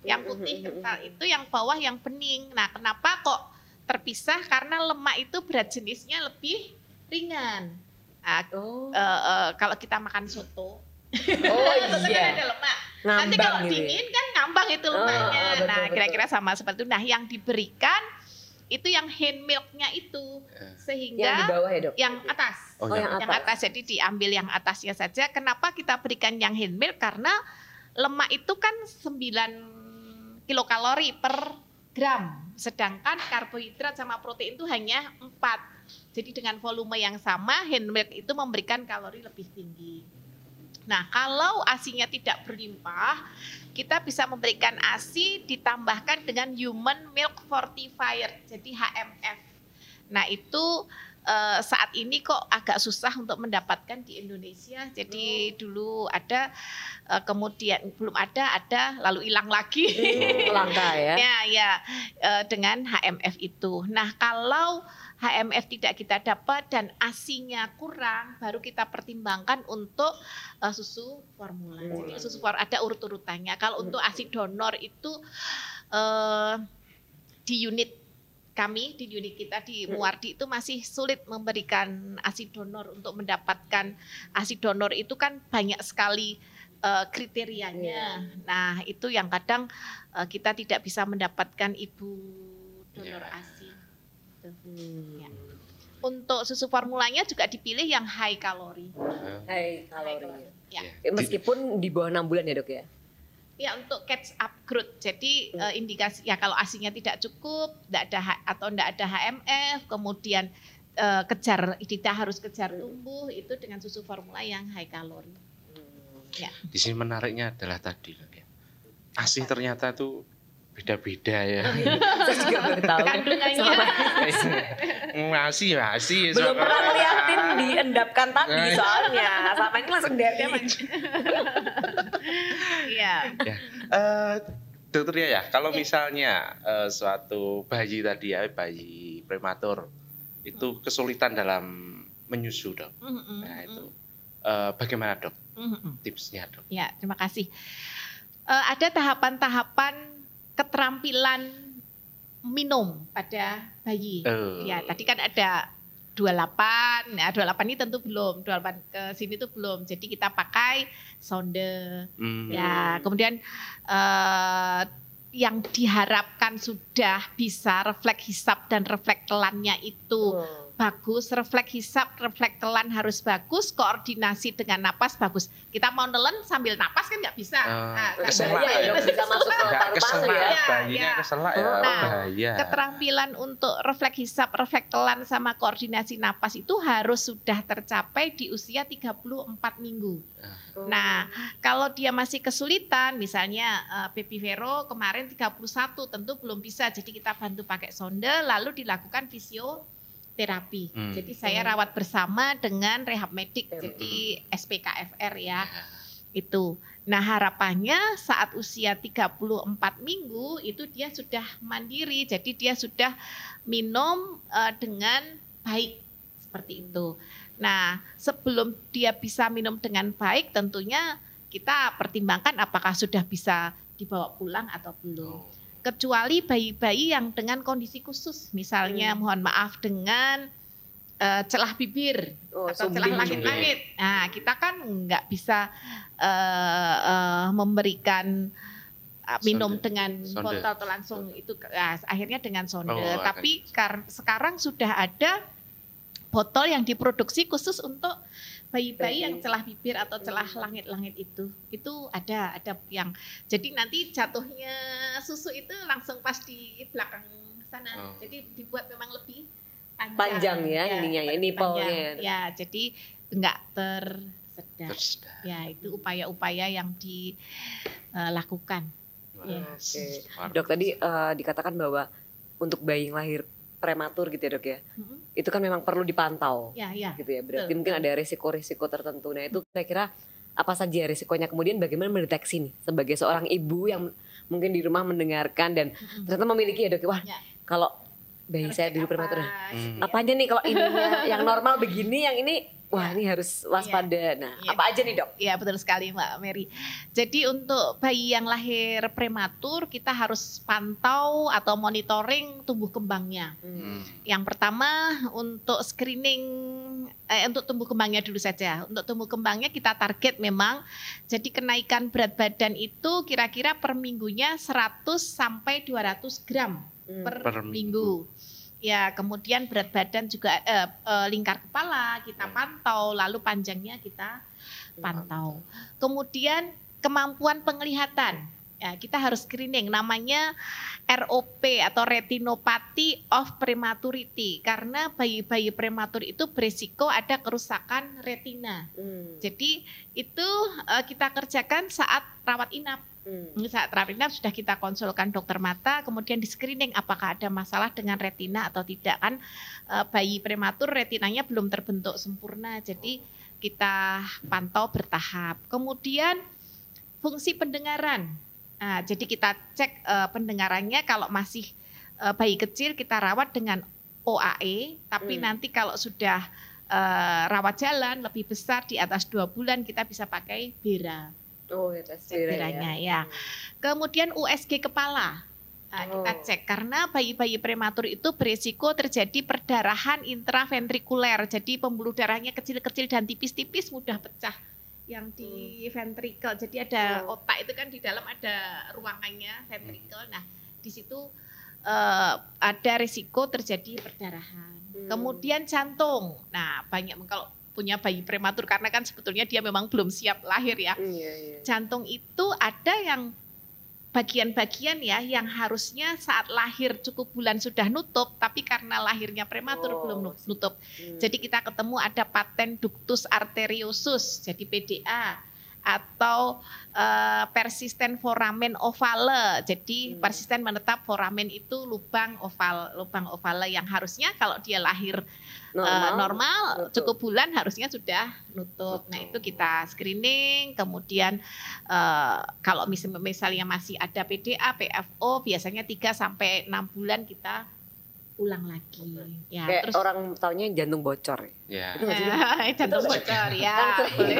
Yang putih kental itu, yang bawah yang bening. Nah, kenapa kok terpisah? Karena lemak itu berat jenisnya lebih ringan. Nah, Oh, eh, eh, kalau kita makan soto, oh soto kan iya. ada lemak. Nanti Ngambang kalau gitu ya? dingin kan ngambang itu Oh, lemaknya. oh, betul, Nah, betul. kira-kira sama seperti itu. Nah, yang diberikan itu yang hand milknya itu, sehingga Yang di bawah ya dok? yang atas. Oh, Oh, yang yang Yang atas, jadi diambil yang atasnya saja. Kenapa kita berikan yang hand milk? Karena lemak itu kan sembilan kilokalori per gram. Sedangkan karbohidrat sama protein itu hanya empat. Jadi dengan volume yang sama, hand milk itu memberikan kalori lebih tinggi. Nah, kalau ASI-nya tidak berlimpah, kita bisa memberikan ASI ditambahkan dengan human milk fortifier, jadi H M F. Nah, itu eh, saat ini kok agak susah untuk mendapatkan di Indonesia. Jadi dulu ada, eh, kemudian belum ada, ada lalu hilang lagi. Hmm, langka ya. Ya, ya, eh, dengan H M F itu. Nah, kalau H M F tidak kita dapat dan ASI-nya kurang, baru kita pertimbangkan untuk uh, susu formula. Jadi susu formula ada urut-urutannya. Kalau untuk ASI donor itu uh, di unit kami, di unit kita di Muwardi itu masih sulit memberikan ASI donor. Untuk mendapatkan ASI donor itu kan banyak sekali uh, kriterianya. Nah, itu yang kadang uh, kita tidak bisa mendapatkan ibu donor Ya. ASI. Hmm. Ya. Untuk susu formulanya juga dipilih yang high kalori. Hai High kalori. kalori. Ya. Eh, Meskipun di bawah enam bulan ya dok ya? Ya, untuk catch up growth. Jadi eh, indikasi ya kalau ASINya tidak cukup, tidak ada H- atau tidak ada H M F, kemudian eh, kejar kita harus kejar tumbuh itu dengan susu formula yang high kalori. Ya. Di sini menariknya adalah tadi loh ya. ASI ternyata tuh beda-beda ya. Saya juga baru tahu. Kandungannya Masih masih. Belum pernah ngeliatin diendapkan tadi Nah, soalnya. Sama ini langsung dari Iya. Ya. Eh, dokter Ria ya, kalau misalnya eh, suatu bayi tadi ya, bayi prematur itu kesulitan dalam menyusu dok. Mm-mm, Nah itu mm-mm, eh, bagaimana dok mm-mm. tipsnya dok? Ya, terima kasih. Eh, ada tahapan-tahapan keterampilan minum pada bayi. Eh, Ya, tadi kan ada dua puluh delapan. Nah, dua puluh delapan ini tentu belum. dua puluh delapan ke sini tuh belum. Jadi kita pakai sonde. hmm, Ya, kemudian eh, yang diharapkan sudah bisa refleks hisap dan refleks telannya itu bagus, refleks hisap, refleks telan harus bagus, koordinasi dengan napas bagus. Kita mau nelen sambil napas kan nggak bisa. Ah, nggak keselak bahaya, ya. itu Bisa masuk ke nggak paru-paru keselak, ya. Ya, bayinya ya. keselak ya, Nah, bahaya. Keterampilan untuk refleks hisap, refleks telan sama koordinasi napas itu harus sudah tercapai di usia tiga puluh empat minggu. Nah, kalau dia masih kesulitan, misalnya eh, Baby Vero kemarin tiga puluh satu tentu belum bisa, jadi kita bantu pakai sonde lalu dilakukan fisioterapi. Hmm. Jadi saya rawat bersama dengan rehab medik, Hmm. jadi S P K F R ya. Itu. Nah, harapannya saat usia tiga puluh empat minggu itu dia sudah mandiri, jadi dia sudah minum eh, dengan baik seperti itu. Nah, sebelum dia bisa minum dengan baik, tentunya kita pertimbangkan apakah sudah bisa dibawa pulang atau belum. Oh. Kecuali bayi-bayi yang dengan kondisi khusus, misalnya Hmm. mohon maaf dengan eh, celah bibir Oh, atau celah sumbing. langit-langit. Nah, kita kan nggak bisa eh, eh, memberikan uh, minum Sonde. dengan Sonde. botol atau langsung itu ya, akhirnya dengan sonde. Oh, akan. Tapi kar- sekarang sudah ada botol yang diproduksi khusus untuk bayi-bayi yang celah bibir atau celah langit-langit itu. Itu ada ada yang jadi nanti jatuhnya susu itu langsung pas di belakang sana. Oh. Jadi dibuat memang lebih panjang, Panjang ya ininya ya, lebih nipple-nya. panjang. Ya, jadi enggak tersedak. Terus, Ya, itu upaya-upaya yang dilakukan. Ya. Oke. Dok tadi eh, dikatakan bahwa untuk bayi yang lahir prematur gitu ya dok ya, Mm-mm. itu kan memang perlu dipantau Ya, ya. gitu ya. Berarti Betul, mungkin ada risiko-risiko tertentu. Nah itu kira-kira apa saja risikonya, kemudian bagaimana mendeteksi nih sebagai seorang ibu yang mungkin di rumah mendengarkan dan Mm-mm. ternyata memiliki ya dok, wah Ya. kalau bayi Harus saya cek dulu apa, prematur, Hmm. gitu ya. apa aja nih kalau ininya yang normal begini, yang ini wah ini harus waspada. Nah, Iya. apa aja nih dok? Ya betul sekali Mbak Mary. Jadi untuk bayi yang lahir prematur kita harus pantau atau monitoring tumbuh kembangnya. Hmm. Yang pertama untuk screening, eh, untuk tumbuh kembangnya dulu saja. Untuk tumbuh kembangnya kita target memang. Jadi kenaikan berat badan itu kira-kira per minggunya seratus sampai dua ratus gram Hmm. per, Per minggu. Ya, kemudian berat badan juga eh, eh, lingkar kepala kita pantau, lalu panjangnya kita pantau. Kemudian kemampuan penglihatan. Ya, kita harus screening namanya R O P atau retinopathy of prematurity karena bayi-bayi prematur itu berisiko ada kerusakan retina. Hmm. Jadi itu eh, kita kerjakan saat rawat inap. Hmm. Saat rawat inap sudah kita konsulkan dokter mata, kemudian di screening apakah ada masalah dengan retina atau tidak kan eh, bayi prematur retinanya belum terbentuk sempurna, jadi kita pantau bertahap. Kemudian fungsi pendengaran, nah, jadi kita cek eh, pendengarannya kalau masih eh, bayi kecil kita rawat dengan O A E, tapi Hmm. nanti kalau sudah eh, rawat jalan lebih besar di atas dua bulan kita bisa pakai Bera. Oh, ya, tes Cek Bera Beranya, ya. ya. Kemudian U S G kepala. Nah, kita Oh. cek karena bayi-bayi prematur itu berisiko terjadi perdarahan intraventrikuler. Jadi pembuluh darahnya kecil-kecil dan tipis-tipis mudah pecah yang di ventricle. Jadi ada Oh. otak itu kan di dalam ada ruangannya ventricle. Nah, di situ eh, ada risiko terjadi perdarahan. Hmm. Kemudian jantung. Nah, banyak kalau punya bayi prematur karena kan sebetulnya dia memang belum siap lahir ya. Hmm, iya, iya. Jantung itu ada yang bagian-bagian ya yang harusnya saat lahir cukup bulan sudah nutup, tapi karena lahirnya prematur Oh, belum nu- nutup. Hmm. Jadi kita ketemu ada patent ductus arteriosus, jadi P D A, atau eh, persisten foramen ovale. Jadi Hmm. persisten menetap foramen itu lubang oval, lubang ovale yang harusnya kalau dia lahir Eh, normal nutup. cukup bulan harusnya sudah nutup. Nah itu kita screening, kemudian eh, kalau mis- misalnya masih ada P D A, P F O biasanya tiga sampai enam bulan kita ulang lagi. Ya, Kayak terus orang taunya jantung bocor. Ya, Itu nggak sih? eh, jantung bocor ya. Kan boleh.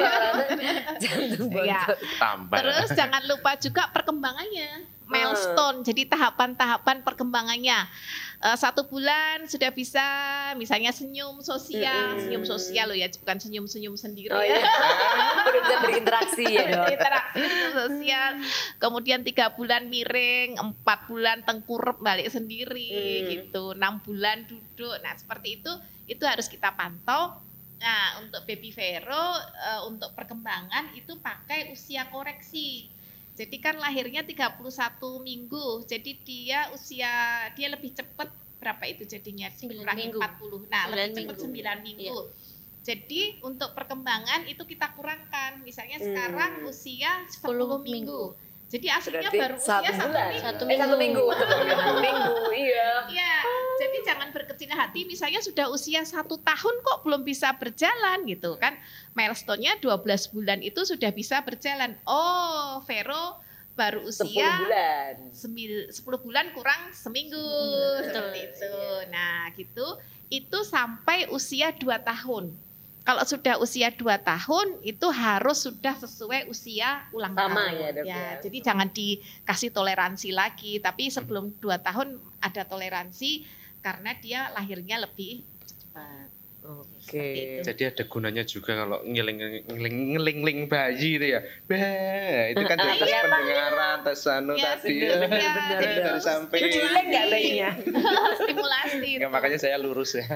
jantung Ya. bocor. tambah. Terus jangan lupa juga perkembangannya, milestone. Jadi tahapan-tahapan perkembangannya. Eh, satu bulan sudah bisa, misalnya senyum sosial, Mm-mm. senyum sosial loh ya, bukan senyum-senyum sendiri Oh ya. iya. Udah bisa berinteraksi ya dok. Interaksi senyum sosial. Kemudian tiga bulan miring, empat bulan tengkurap balik sendiri Hmm. gitu, enam bulan duduk. Nah seperti itu, itu harus kita pantau. Nah untuk baby Vero, eh, untuk perkembangan itu pakai usia koreksi. Jadi kan lahirnya tiga puluh satu minggu, jadi dia usia dia lebih cepat berapa itu jadinya? Sembilan Dikurangi minggu. empat puluh. Nah, Sembilan lebih cepat minggu. sembilan minggu. Iya. Jadi untuk perkembangan itu kita kurangkan. Misalnya Hmm. sekarang usia sepuluh Sepuluh minggu. Jadi aslinya Berarti baru usia satu satu bulan. minggu. Satu Eh satu minggu. Satu minggu, iya. Iya, jadi jangan berkecil hati. Misalnya sudah usia satu tahun kok belum bisa berjalan gitu kan? Milestone-nya dua belas bulan itu sudah bisa berjalan. Oh, Vero baru Sepuluh usia bulan. sembil- sepuluh bulan kurang seminggu Hmm, seperti betul. itu. Nah, gitu. Itu sampai usia dua tahun. Kalau sudah usia dua tahun itu harus sudah sesuai usia ulang Sama tahun. ya, Dok, ya. Jadi jangan dikasih toleransi lagi, tapi sebelum dua tahun ada toleransi karena dia lahirnya lebih cepat. Oke. Seperti itu. Jadi ada gunanya juga kalau ngiling ngiling ngeling bayi itu ya. Bah, itu kan Ah, tes iya. pendengaran, tes anu Ya, tadi bener, ya. bener, Jadi bener. harus sampai Itu jelek nggak bayinya? Stimulasi. Ya, makanya saya lurus ya.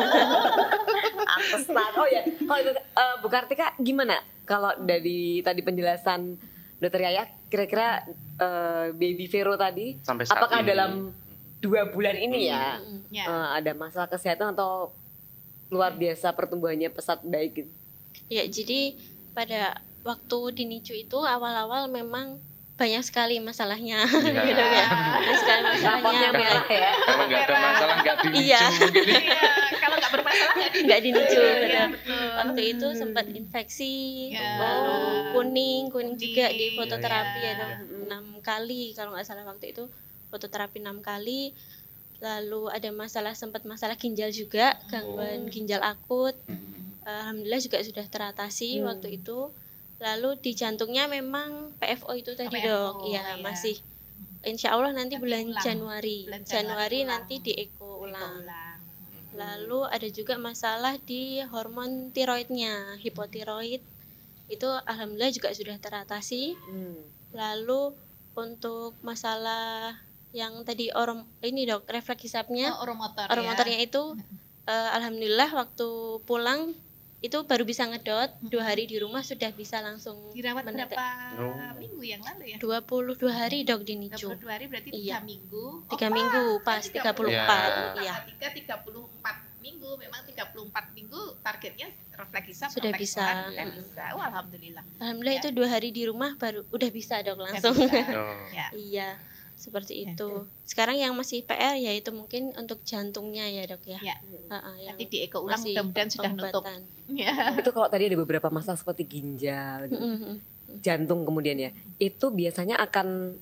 Antesan. Oh ya, kalau itu eh, Bu Kartika gimana? Kalau dari tadi penjelasan Dokter Yaya, kira-kira eh, baby Vero tadi, Sampai saat apakah ini. dalam dua bulan ini ya Mm-mm. Ya. eh, ada masalah kesehatan atau luar biasa pertumbuhannya pesat baik gitu? Ya, jadi pada waktu di N I C U itu awal-awal memang banyak sekali masalahnya. Iya. gitu ya. Banyak sekali masalahnya. Rapotnya merah ya. Kalau nggak ada masalah nggak Iya. dilucu mungkin. Iya, kalau nggak bermasalah nggak di- Nggak di N I C U. Iya, betul. betul. Waktu itu sempat infeksi, Ya. lalu kuning, kuning juga di Kuning, fototerapi ya. ada enam kali kalau nggak salah waktu itu fototerapi enam kali. Lalu ada masalah sempat masalah ginjal juga, gangguan ginjal akut. alhamdulillah juga sudah teratasi Hmm. waktu itu. Lalu di jantungnya memang P F O itu tadi P F O, dok, ya. ya masih insya Allah nanti, Nanti bulan ulang. Januari, Bulan Januari Januari ulang. nanti di eko ulang. ulang. Lalu ada juga masalah di hormon tiroidnya, hipotiroid itu alhamdulillah juga sudah teratasi. Hmm. Lalu untuk masalah yang tadi orom ini dok, refleks hisapnya, Oh, oromotor oromotornya ya. itu eh, alhamdulillah waktu pulang itu baru bisa ngedot, dua hari di rumah sudah bisa langsung Dirawat mendetek. berapa Oh. minggu yang lalu ya? dua puluh dua hari dok di dua Nicu. puluh dua hari berarti tiga Iya. minggu. Tiga pas. minggu pas, Kan tiga puluh empat, iya. tiga tiga puluh empat minggu, memang tiga puluh empat minggu targetnya refleks hisap Sudah refleks bisa. orat sudah bisa. Oh, alhamdulillah. Alhamdulillah Ya. itu dua hari di rumah baru udah bisa dok langsung. bisa. Oh. Ya. Iya, seperti Ya. itu. Sekarang yang masih P R yaitu mungkin untuk jantungnya ya dok ya. Ya. Ha-ha, yang Nanti di eko ulang masih mudah-mudahan sudah nutup. pengobatan. Ya. Itu kalau tadi ada beberapa masalah seperti ginjal, gitu, Mm-mm. jantung kemudian ya, itu biasanya akan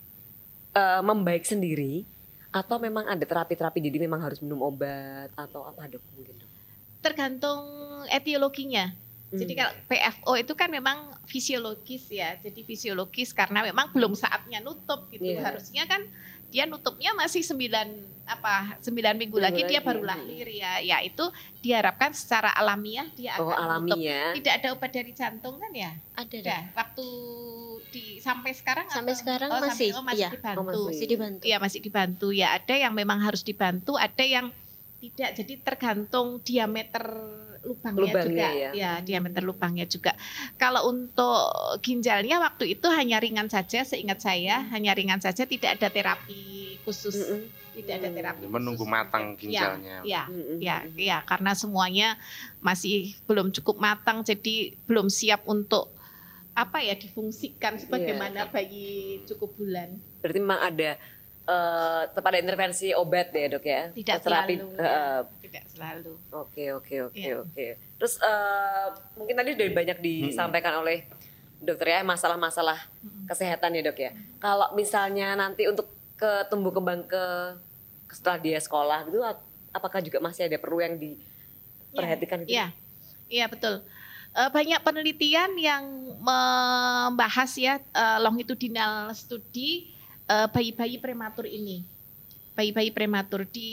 eh, membaik sendiri atau memang ada terapi-terapi jadi memang harus minum obat atau apa dok mungkin dok? Tergantung etiologinya. Jadi Hmm. kalau P F O itu kan memang fisiologis ya. Jadi fisiologis karena memang belum saatnya nutup gitu. Iya. Harusnya kan dia nutupnya masih sembilan apa sembilan minggu Minggu lagi dia lagi. baru lahir ya. Ya itu diharapkan secara alamiah dia Oh akan nutup. alami ya. Tidak ada obat dari jantung kan ya? Ada dok. Ada. Waktu di sampai sekarang Sampai atau- sekarang oh, masih, sampai, oh, masih iya. dibantu. Oh, masih. Masih dibantu. Iya masih dibantu ya. Ada yang memang harus dibantu, ada yang tidak. Jadi tergantung diameter lubangnya, Lubangnya, juga. ya. Diameter lubangnya juga. Kalau untuk ginjalnya waktu itu hanya ringan saja, seingat saya hanya ringan saja, tidak ada terapi khusus, Mm-mm. tidak ada terapi. Menunggu khusus. matang ginjalnya. Ya, Mm-mm. ya, ya, karena semuanya masih belum cukup matang, jadi belum siap untuk apa ya difungsikan sebagaimana bayi cukup bulan. Berarti memang ada eh tetap ada intervensi obat ya dok ya? Tidak Terapi. selalu, eh, tidak selalu. Oke oke oke Iya. oke. Terus eh, mungkin tadi sudah banyak disampaikan oleh dokter ya masalah-masalah kesehatan ya dok ya. Kalau misalnya nanti untuk ke tumbuh kembang ke setelah dia sekolah gitu, ap- apakah juga masih ada perlu yang diperhatikan gitu? Iya, iya betul. Eh, banyak penelitian yang membahas ya eh, longitudinal studi eh, bayi-bayi prematur ini, bayi-bayi prematur di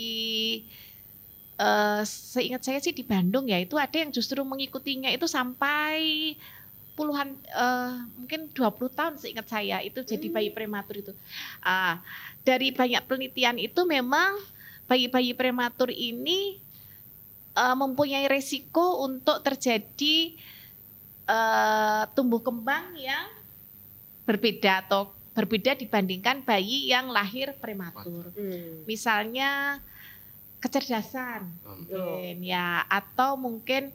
eh, seingat saya sih di Bandung ya itu ada yang justru mengikutinya itu sampai puluhan eh, mungkin dua puluh tahun seingat saya itu jadi bayi prematur itu. Ah, dari banyak penelitian itu memang bayi-bayi prematur ini eh, mempunyai resiko untuk terjadi eh, tumbuh kembang yang berbeda atau berbeda dibandingkan bayi yang lahir prematur. Hmm. Misalnya kecerdasan, Hmm. mungkin ya, atau mungkin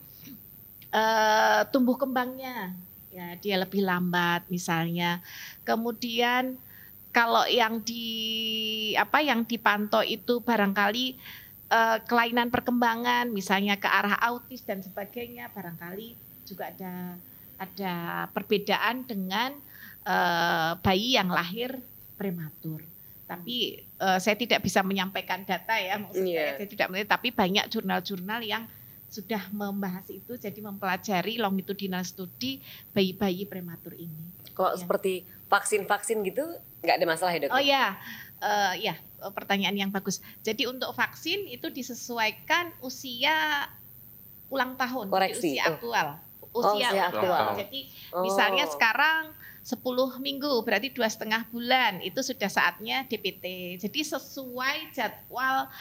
eh, tumbuh kembangnya, ya dia lebih lambat misalnya. Kemudian kalau yang di apa yang dipantau itu barangkali eh, kelainan perkembangan, misalnya ke arah autis dan sebagainya, barangkali juga ada ada perbedaan dengan eh, bayi yang lahir prematur. Tapi eh, saya tidak bisa menyampaikan data ya, maksud Iya. saya, saya tidak mengerti, tapi banyak jurnal-jurnal yang sudah membahas itu, jadi mempelajari longitudinal studi bayi-bayi prematur ini. Kalau Ya. seperti vaksin-vaksin gitu nggak ada masalah ya dok? Oh ya, eh, ya eh, pertanyaan yang bagus. Jadi untuk vaksin itu disesuaikan usia ulang tahun, jadi Koreksi, usia oh. aktual. Oh, Usia usia aktual. aktual. Jadi Oh. misalnya sekarang sepuluh minggu, berarti dua setengah bulan, itu sudah saatnya D P T. Jadi sesuai jadwal,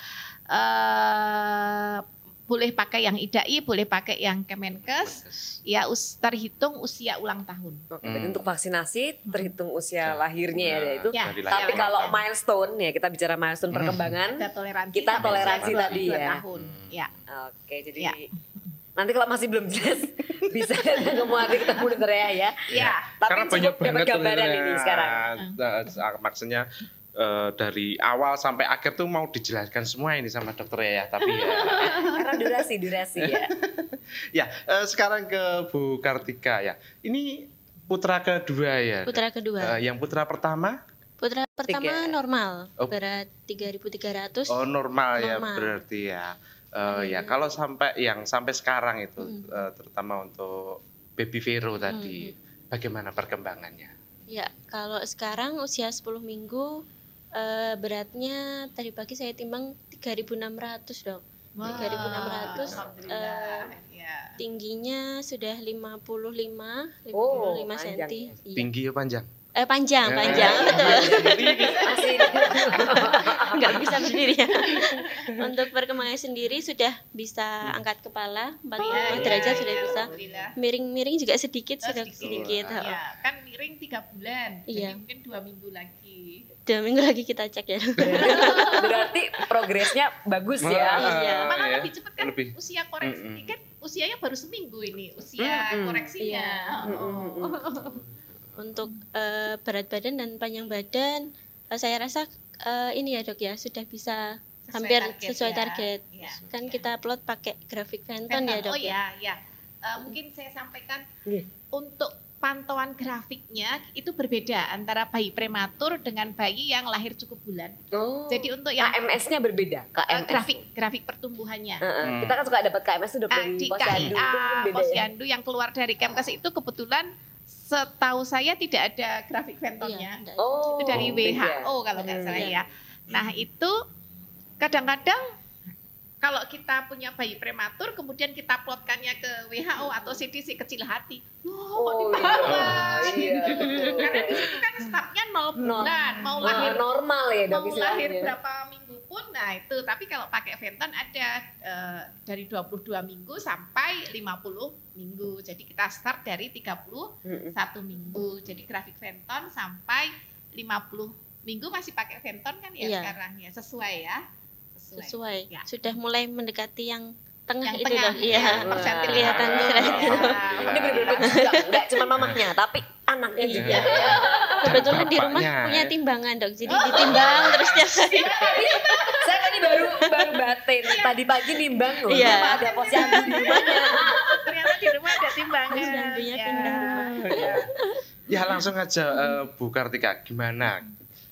eh, boleh pakai yang I D A I, boleh pakai yang Kemenkes, ya us, terhitung usia ulang tahun. Oke, berarti Hmm. untuk vaksinasi terhitung usia Ya. lahirnya ya Nah, itu. Ya, dari Tapi lahir kalau matang. milestone ya kita bicara milestone Hmm. perkembangan. Ada toleransi. Kita sampai toleransi usia dua tadi puluh dua ya. Tahun. Hmm. Ya. Oke, jadi Ya. nanti kalau masih belum jelas bisa datang ke Muhadi ketemu dokter ya ya. Ya. Tapi Karena cukup banyak dapat banget gambaran sebenarnya. ini sekarang. Nah, maksudnya eh, dari awal sampai akhir tuh mau dijelaskan semua ini sama dokter ya, tapi ya. Karena durasi durasi ya. Ya, eh, sekarang ke Bu Kartika ya. Ini putra kedua ya. Putra kedua. Eh, yang putra pertama Putra pertama Tiga. normal, Oh. berat tiga ribu tiga ratus. oh normal, ya Normal. berarti ya. Uh, ya Hmm. kalau sampai yang sampai sekarang itu Hmm. uh, terutama untuk baby Vero tadi, Hmm. bagaimana perkembangannya? Ya, kalau sekarang usia sepuluh minggu eh, beratnya tadi pagi saya timbang tiga ribu enam ratus dok. tiga ribu enam ratus, Alhamdulillah. Ya. Tingginya sudah lima puluh lima, Oh, lima puluh lima panjang senti. ya. Iya. Tinggi ya panjang? Eh panjang, Eh, panjang betul. Masih Nggak bisa berdiri ya. Untuk perkembangan sendiri sudah bisa angkat kepala empat puluh lima Iya, derajat iya, sudah iya, bisa. Alhamdulillah. Miring-miring juga sedikit Oh, sudah sedikit. sedikit. Oh, heeh. Ya, kan miring tiga bulan, Iya. jadi mungkin dua minggu lagi. Dua minggu lagi kita cek ya. berarti progresnya bagus ya. Iya. Malah ya. lebih cepat kan Lebih. usia koreksi Mm-mm. ini kan usianya baru seminggu ini usia Mm-mm. koreksinya. Iya. Oh. Untuk eh, berat badan dan panjang badan eh, saya rasa eh, ini ya dok ya sudah bisa Sesuai hampir target sesuai ya. target. Iya. Kan Iya. kita upload pakai grafik Phantom ya dok Oh ya, ya. Eh, mungkin saya sampaikan Iya. untuk pantauan grafiknya itu berbeda antara bayi prematur dengan bayi yang lahir cukup bulan. Oh. Jadi untuk yang K M S-nya berbeda, K M S. eh, grafik grafik pertumbuhannya. Heeh. Hmm. Kita kan suka dapat K M S itu Ah, dari di posyandu itu K I A, kan beda ya. posyandu yang keluar dari Kemkes itu kebetulan setahu saya tidak ada grafik Iya, Phantomnya. enggak. Oh, Itu dari beda. W H O kalau nggak Hmm. salah Iya. ya. Nah itu kadang-kadang kalau kita punya bayi prematur kemudian kita plotkannya ke W H O atau C D C kecil hati, loh kok Oh, ditambah? iya, betul. Karena di situ kan startnya nol Nol. bulan, mau Oh, lahir normal ya dok mau lahir istilahnya. berapa minggu pun, nah itu. Tapi kalau pakai Phantom ada eh, dari dua puluh dua minggu sampai lima puluh minggu. Jadi kita start dari tiga puluh Mm-mm. satu minggu. Jadi grafik Phantom sampai lima puluh minggu masih pakai Phantom kan ya Iya. sekarang ya, sesuai ya. Sesuai. Ya. Sudah mulai mendekati yang tengah Yang itu tengah, dok. Iya. ya, persentil Kelihatan itu. keren. Ya. Ini benar-benar juga, nggak cuma mamahnya, tapi anaknya juga. Iya. Kebetulan di rumah Bapaknya, punya ya. timbangan dok. Jadi ditimbang terus tiap hari. Saya tadi baru baru batin, tadi pagi nimbang loh. Iya. Kenapa ada posyandu di rumahnya? Ternyata di rumah ada timbangan. Posyandunya pindah rumah. Ya. Ya langsung aja eh, Bu Kartika, gimana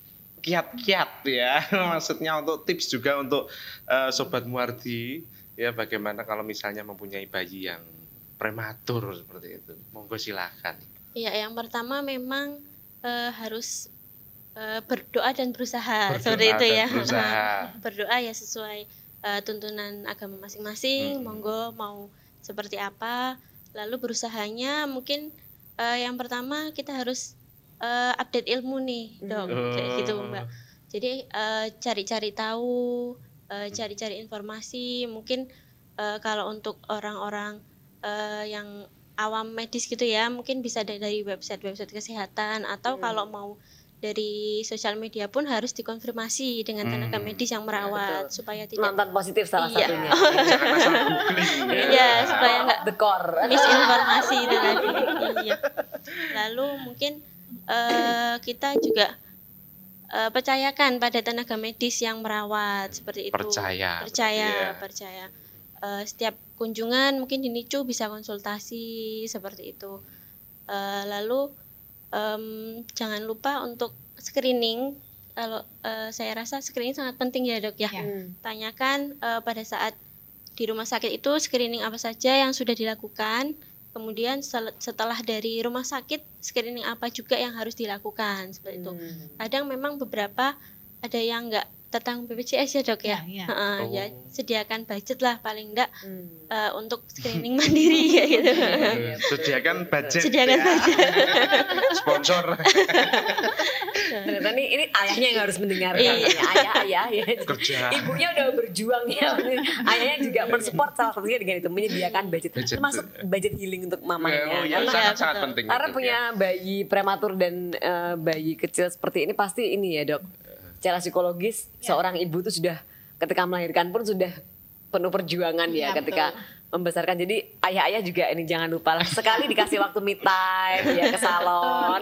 kiat-kiat ya maksudnya untuk tips juga untuk eh, Sobat Muardi ya bagaimana kalau misalnya mempunyai bayi yang prematur seperti itu, monggo silakan. Iya, yang pertama memang eh, harus eh, berdoa dan berusaha Berdoa seperti itu dan ya. berusaha. Berdoa ya sesuai eh, tuntunan agama masing-masing. Hmm. Monggo mau seperti apa. Lalu berusahanya mungkin eh, yang pertama kita harus eh, update ilmu nih, dok, kayak gitu mbak. Jadi eh, cari-cari tahu, eh, cari-cari informasi. Mungkin eh, kalau untuk orang-orang eh, yang awam medis gitu ya, mungkin bisa da- dari website-website kesehatan atau Hmm. kalau mau dari sosial media pun harus dikonfirmasi dengan tenaga Hmm. medis yang merawat supaya tidak Nonton positif salah Iya. satunya. Jangan asal googling ya. Iya, supaya nggak The core. misinformasi itu tadi. Iya. Lalu mungkin eh, kita juga eh, percayakan pada tenaga medis yang merawat seperti itu. Percaya. Percaya, Iya. percaya. Eh, setiap kunjungan mungkin di Nicu bisa konsultasi seperti itu. Eh, lalu em, jangan lupa untuk screening. Kalau eh, saya rasa screening sangat penting ya dok ya. Ya. Hmm. Tanyakan eh, pada saat di rumah sakit itu screening apa saja yang sudah dilakukan. Kemudian sel- setelah dari rumah sakit screening apa juga yang harus dilakukan seperti itu. Hmm. Kadang memang beberapa ada yang enggak tertanggung B P J S ya dok ya. Ya, ya. Heeh, Oh. ya sediakan budget lah paling enggak Hmm. eh, untuk screening mandiri ya gitu. Iya, Sediakan budget. Sediakan ya. budget. Sponsor. Ternyata nih ini ayahnya yang harus mendengarkan. Iya. Ya, ayah, ayah. Ya. Kerja. Ibunya udah berjuang ya. Ayahnya juga mensupport salah satunya dengan itu menyediakan budget, Budget. termasuk budget healing untuk mamanya. Oh iya, Karena- sangat sangat betul. penting. Karena itu, punya bayi prematur dan eh, bayi kecil seperti ini pasti ini ya dok. Secara psikologis seorang ibu tuh sudah ketika melahirkan pun sudah penuh perjuangan ya, Iya, ketika membesarkan. Jadi ayah-ayah juga ini jangan lupa lah sekali dikasih waktu me time ya ke salon.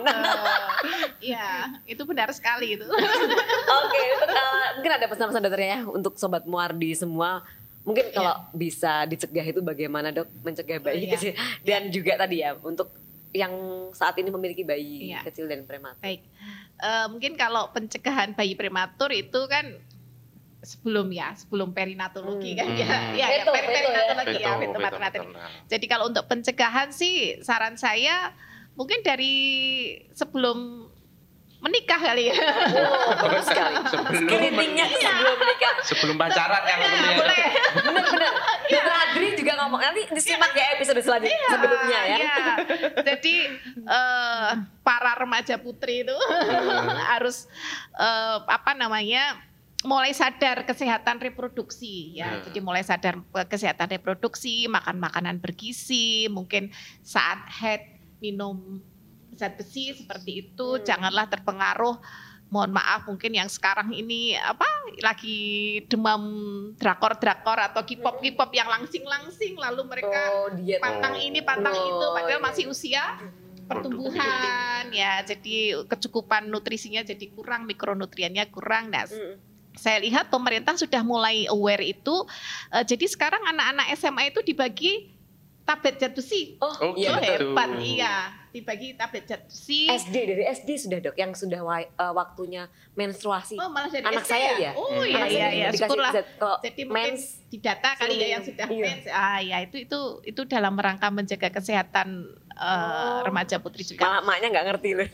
Iya, itu benar sekali itu. Oke, untuk, eh, mungkin ada pesan-pesan dokternya ya untuk sobat Muardi semua. Mungkin kalau bisa dicegah itu bagaimana dok mencegah bayi Iya. kecil dan juga tadi ya untuk yang saat ini memiliki bayi Iya. kecil dan prematur. Baik. Eh, mungkin kalau pencegahan bayi prematur itu kan sebelum ya, sebelum perinatologi Hmm. kan ya, Hmm. ya, ya Veto, peri- veto ya. perinatologi ya, Veto, veto veto maternal. maternal. Jadi kalau untuk pencegahan sih saran saya mungkin dari sebelum menikah kali ya. Oh, bagus sekali. Sebelum Screeningnya tuh sebelum menikah. sebelum pacaran yang Ya, namanya. boleh. Bener-bener. Dokter Adri juga ngomong, nanti disimak ya episode selanjutnya sebelumnya ya. Iya. Jadi eh, para remaja putri itu harus eh, apa namanya mulai sadar kesehatan reproduksi ya. Hmm. Jadi mulai sadar eh, kesehatan reproduksi, makan makanan bergizi, mungkin saat haid minum zat besi seperti itu, Hmm. janganlah terpengaruh. Mohon maaf mungkin yang sekarang ini apa lagi demam drakor-drakor atau K-pop K-pop yang langsing-langsing lalu mereka Oh, diet. pantang ini pantang Oh, itu padahal iya. masih usia pertumbuhan ya, jadi kecukupan nutrisinya jadi kurang, mikronutriennya kurang. Nah, Mm. saya lihat pemerintah sudah mulai aware itu. Eh, jadi sekarang anak-anak S M A itu dibagi tablet zat besi. Oh, Oh, iya Itu betul. gitu. hebat, iya, dibagi tablet zat besi. S D, dari S D sudah dok, yang sudah wa- eh, waktunya menstruasi. Oh, malah dari Anak S D saya ya? ya. Oh Hmm. iya Anak iya saya iya, dikasih syukurlah. zat kalau Jadi mungkin mens. di data kali ya yang sudah Iya. mens. Ah ya, itu itu itu dalam rangka menjaga kesehatan eh, Oh. remaja putri juga. Malah maknya nggak ngerti loh.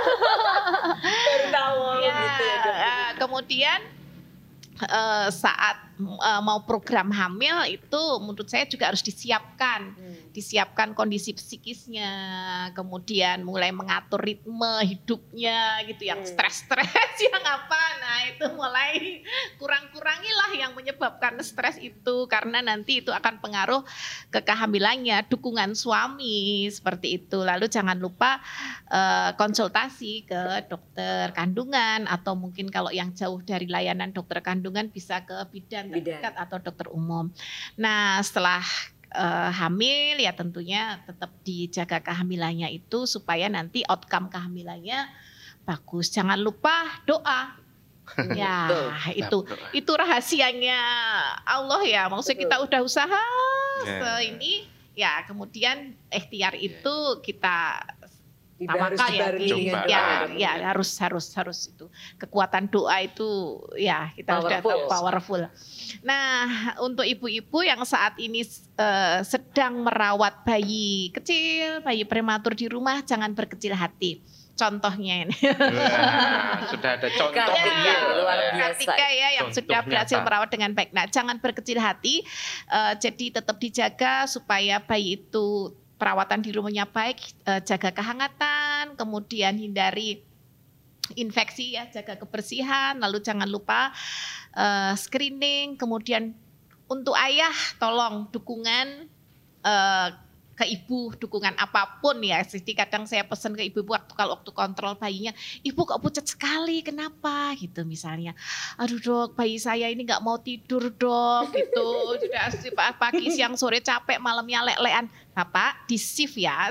Baru tahu Ya, gitu ya dok. eh, kemudian eh, saat eh, mau program hamil itu menurut saya juga harus disiapkan. Hmm. Disiapkan kondisi psikisnya, kemudian mulai mengatur ritme hidupnya gitu, yang Hmm. stres-stres yang apa, nah itu mulai kurang-kurangilah yang menyebabkan stres itu, karena nanti itu akan pengaruh ke kehamilannya, dukungan suami seperti itu. Lalu jangan lupa eh, konsultasi ke dokter kandungan, atau mungkin kalau yang jauh dari layanan dokter kandungan bisa ke bidan Bidan. terdekat atau dokter umum. Nah setelah eh, hamil ya tentunya tetap dijaga kehamilannya itu supaya nanti outcome kehamilannya bagus. Jangan lupa doa. Ya itu itu rahasianya Allah ya. Maksudnya Betul. kita udah usaha Ya. ini ya, kemudian ikhtiar itu kita Tidak harus tawakal ya, dibarengi di- dengan Coba. ya, doa. ya harus harus harus itu kekuatan doa itu ya kita sudah tahu Powerful. powerful. Nah untuk ibu-ibu yang saat ini eh, sedang merawat bayi kecil, bayi prematur di rumah, jangan berkecil hati. Contohnya ini. Wah, sudah ada contohnya. Kartika, luar ya. biasa. Kartika ya yang Contoh sudah berhasil nyata. merawat dengan baik. Nah, jangan berkecil hati. eh, jadi tetap dijaga supaya bayi itu perawatan di rumahnya baik, eh, jaga kehangatan, kemudian hindari infeksi ya, jaga kebersihan, lalu jangan lupa eh, screening, kemudian untuk ayah tolong dukungan eh, ke ibu, dukungan apapun ya. Jadi kadang saya pesan ke ibu-ibu waktu kalau waktu kontrol bayinya, ibu kok pucat sekali, kenapa gitu misalnya. Aduh dok, bayi saya ini nggak mau tidur dok, gitu. Sudah si- pagi, siang, sore capek, malamnya lek-lekan. Bapak di shift ya.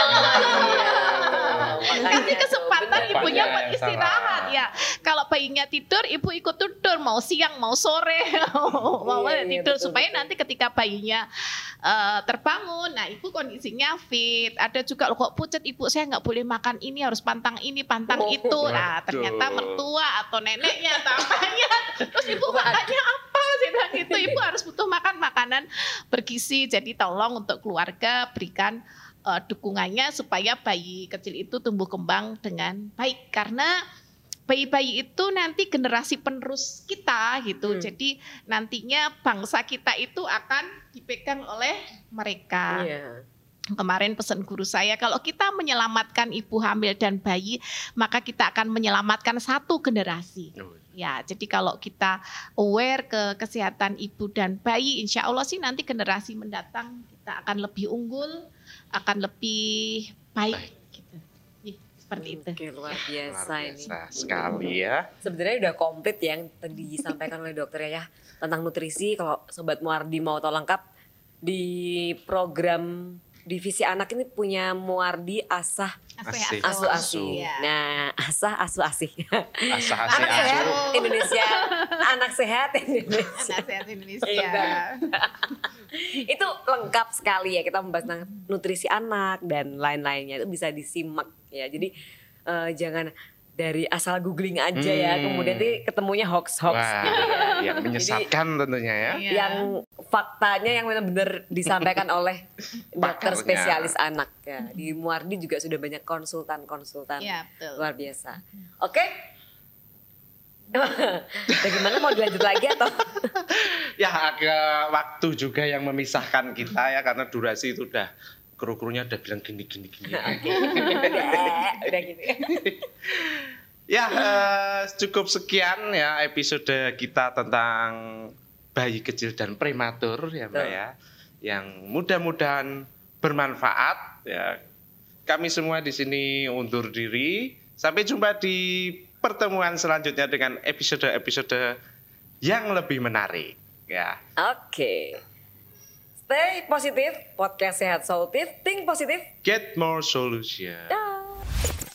Kasih kesempatan Bener. ibunya Banyak buat yang istirahat salah. ya. Kalau bayinya tidur, ibu ikut tidur, mau siang, mau sore, mau Iya, iya, tidur betul, supaya betul. nanti ketika bayinya eh, terbangun, nah ibu kondisinya fit. Ada juga loh kok pucat ibu, saya nggak boleh makan ini, harus pantang ini, pantang Oh, itu. Nah waduh. ternyata mertua atau neneknya atau apanya, terus ibu Waduh. makannya apa? Saya bilang gitu, ibu harus butuh makan makanan bergizi. Jadi tolong untuk keluarga berikan eh, dukungannya supaya bayi kecil itu tumbuh kembang dengan baik, karena bayi-bayi itu nanti generasi penerus kita gitu. Hmm. Jadi nantinya bangsa kita itu akan dipegang oleh mereka. Iya. Kemarin pesan guru saya, kalau kita menyelamatkan ibu hamil dan bayi, maka kita akan menyelamatkan satu generasi. Ya, jadi kalau kita aware ke kesehatan ibu dan bayi, insya Allah sih nanti generasi mendatang kita akan lebih unggul, akan lebih baik. Baik. Gitu. Ih, seperti itu. Oke, luar Luar biasa ini. biasa sekali ya. Sebenarnya udah komplit ya yang tadi disampaikan oleh dokter ya tentang nutrisi. Kalau Sobat Muardi mau tahu lengkap, di program divisi anak ini punya Muardi Asah Asih. Asu Asih. Iya. Nah, Asah Asu Asih. Asah asih Anak sehat asu. Indonesia. Anak sehat Indonesia. Anak sehat Indonesia. Iya. Itu lengkap sekali ya, kita membahas tentang nutrisi anak dan lain-lainnya, itu bisa disimak ya. Jadi eh, jangan dari asal googling aja ya, Hmm. kemudian nanti ketemunya hoax-hoax Wah, gitu ya. yang menyesatkan tentunya ya. Iya. Yang faktanya yang benar-benar disampaikan oleh dokter Pakarnya. spesialis anak ya. Di Muardi juga sudah banyak konsultan-konsultan Iya, betul. luar biasa. Oke. Bagaimana mau dilanjut lagi atau? Ya agak waktu juga yang memisahkan kita ya karena durasi itu udah kru-krunya udah bilang gini gini gini. udah, udah gitu. Ya eh, cukup sekian ya episode kita tentang bayi kecil dan prematur ya Mbak Betul. ya. Yang mudah-mudahan bermanfaat ya. Kami semua di sini undur diri. Sampai jumpa di pertemuan selanjutnya dengan episode-episode yang lebih menarik ya. Oke. Stay positif, podcast sehat solutif, think positif. Get more solution. Dah.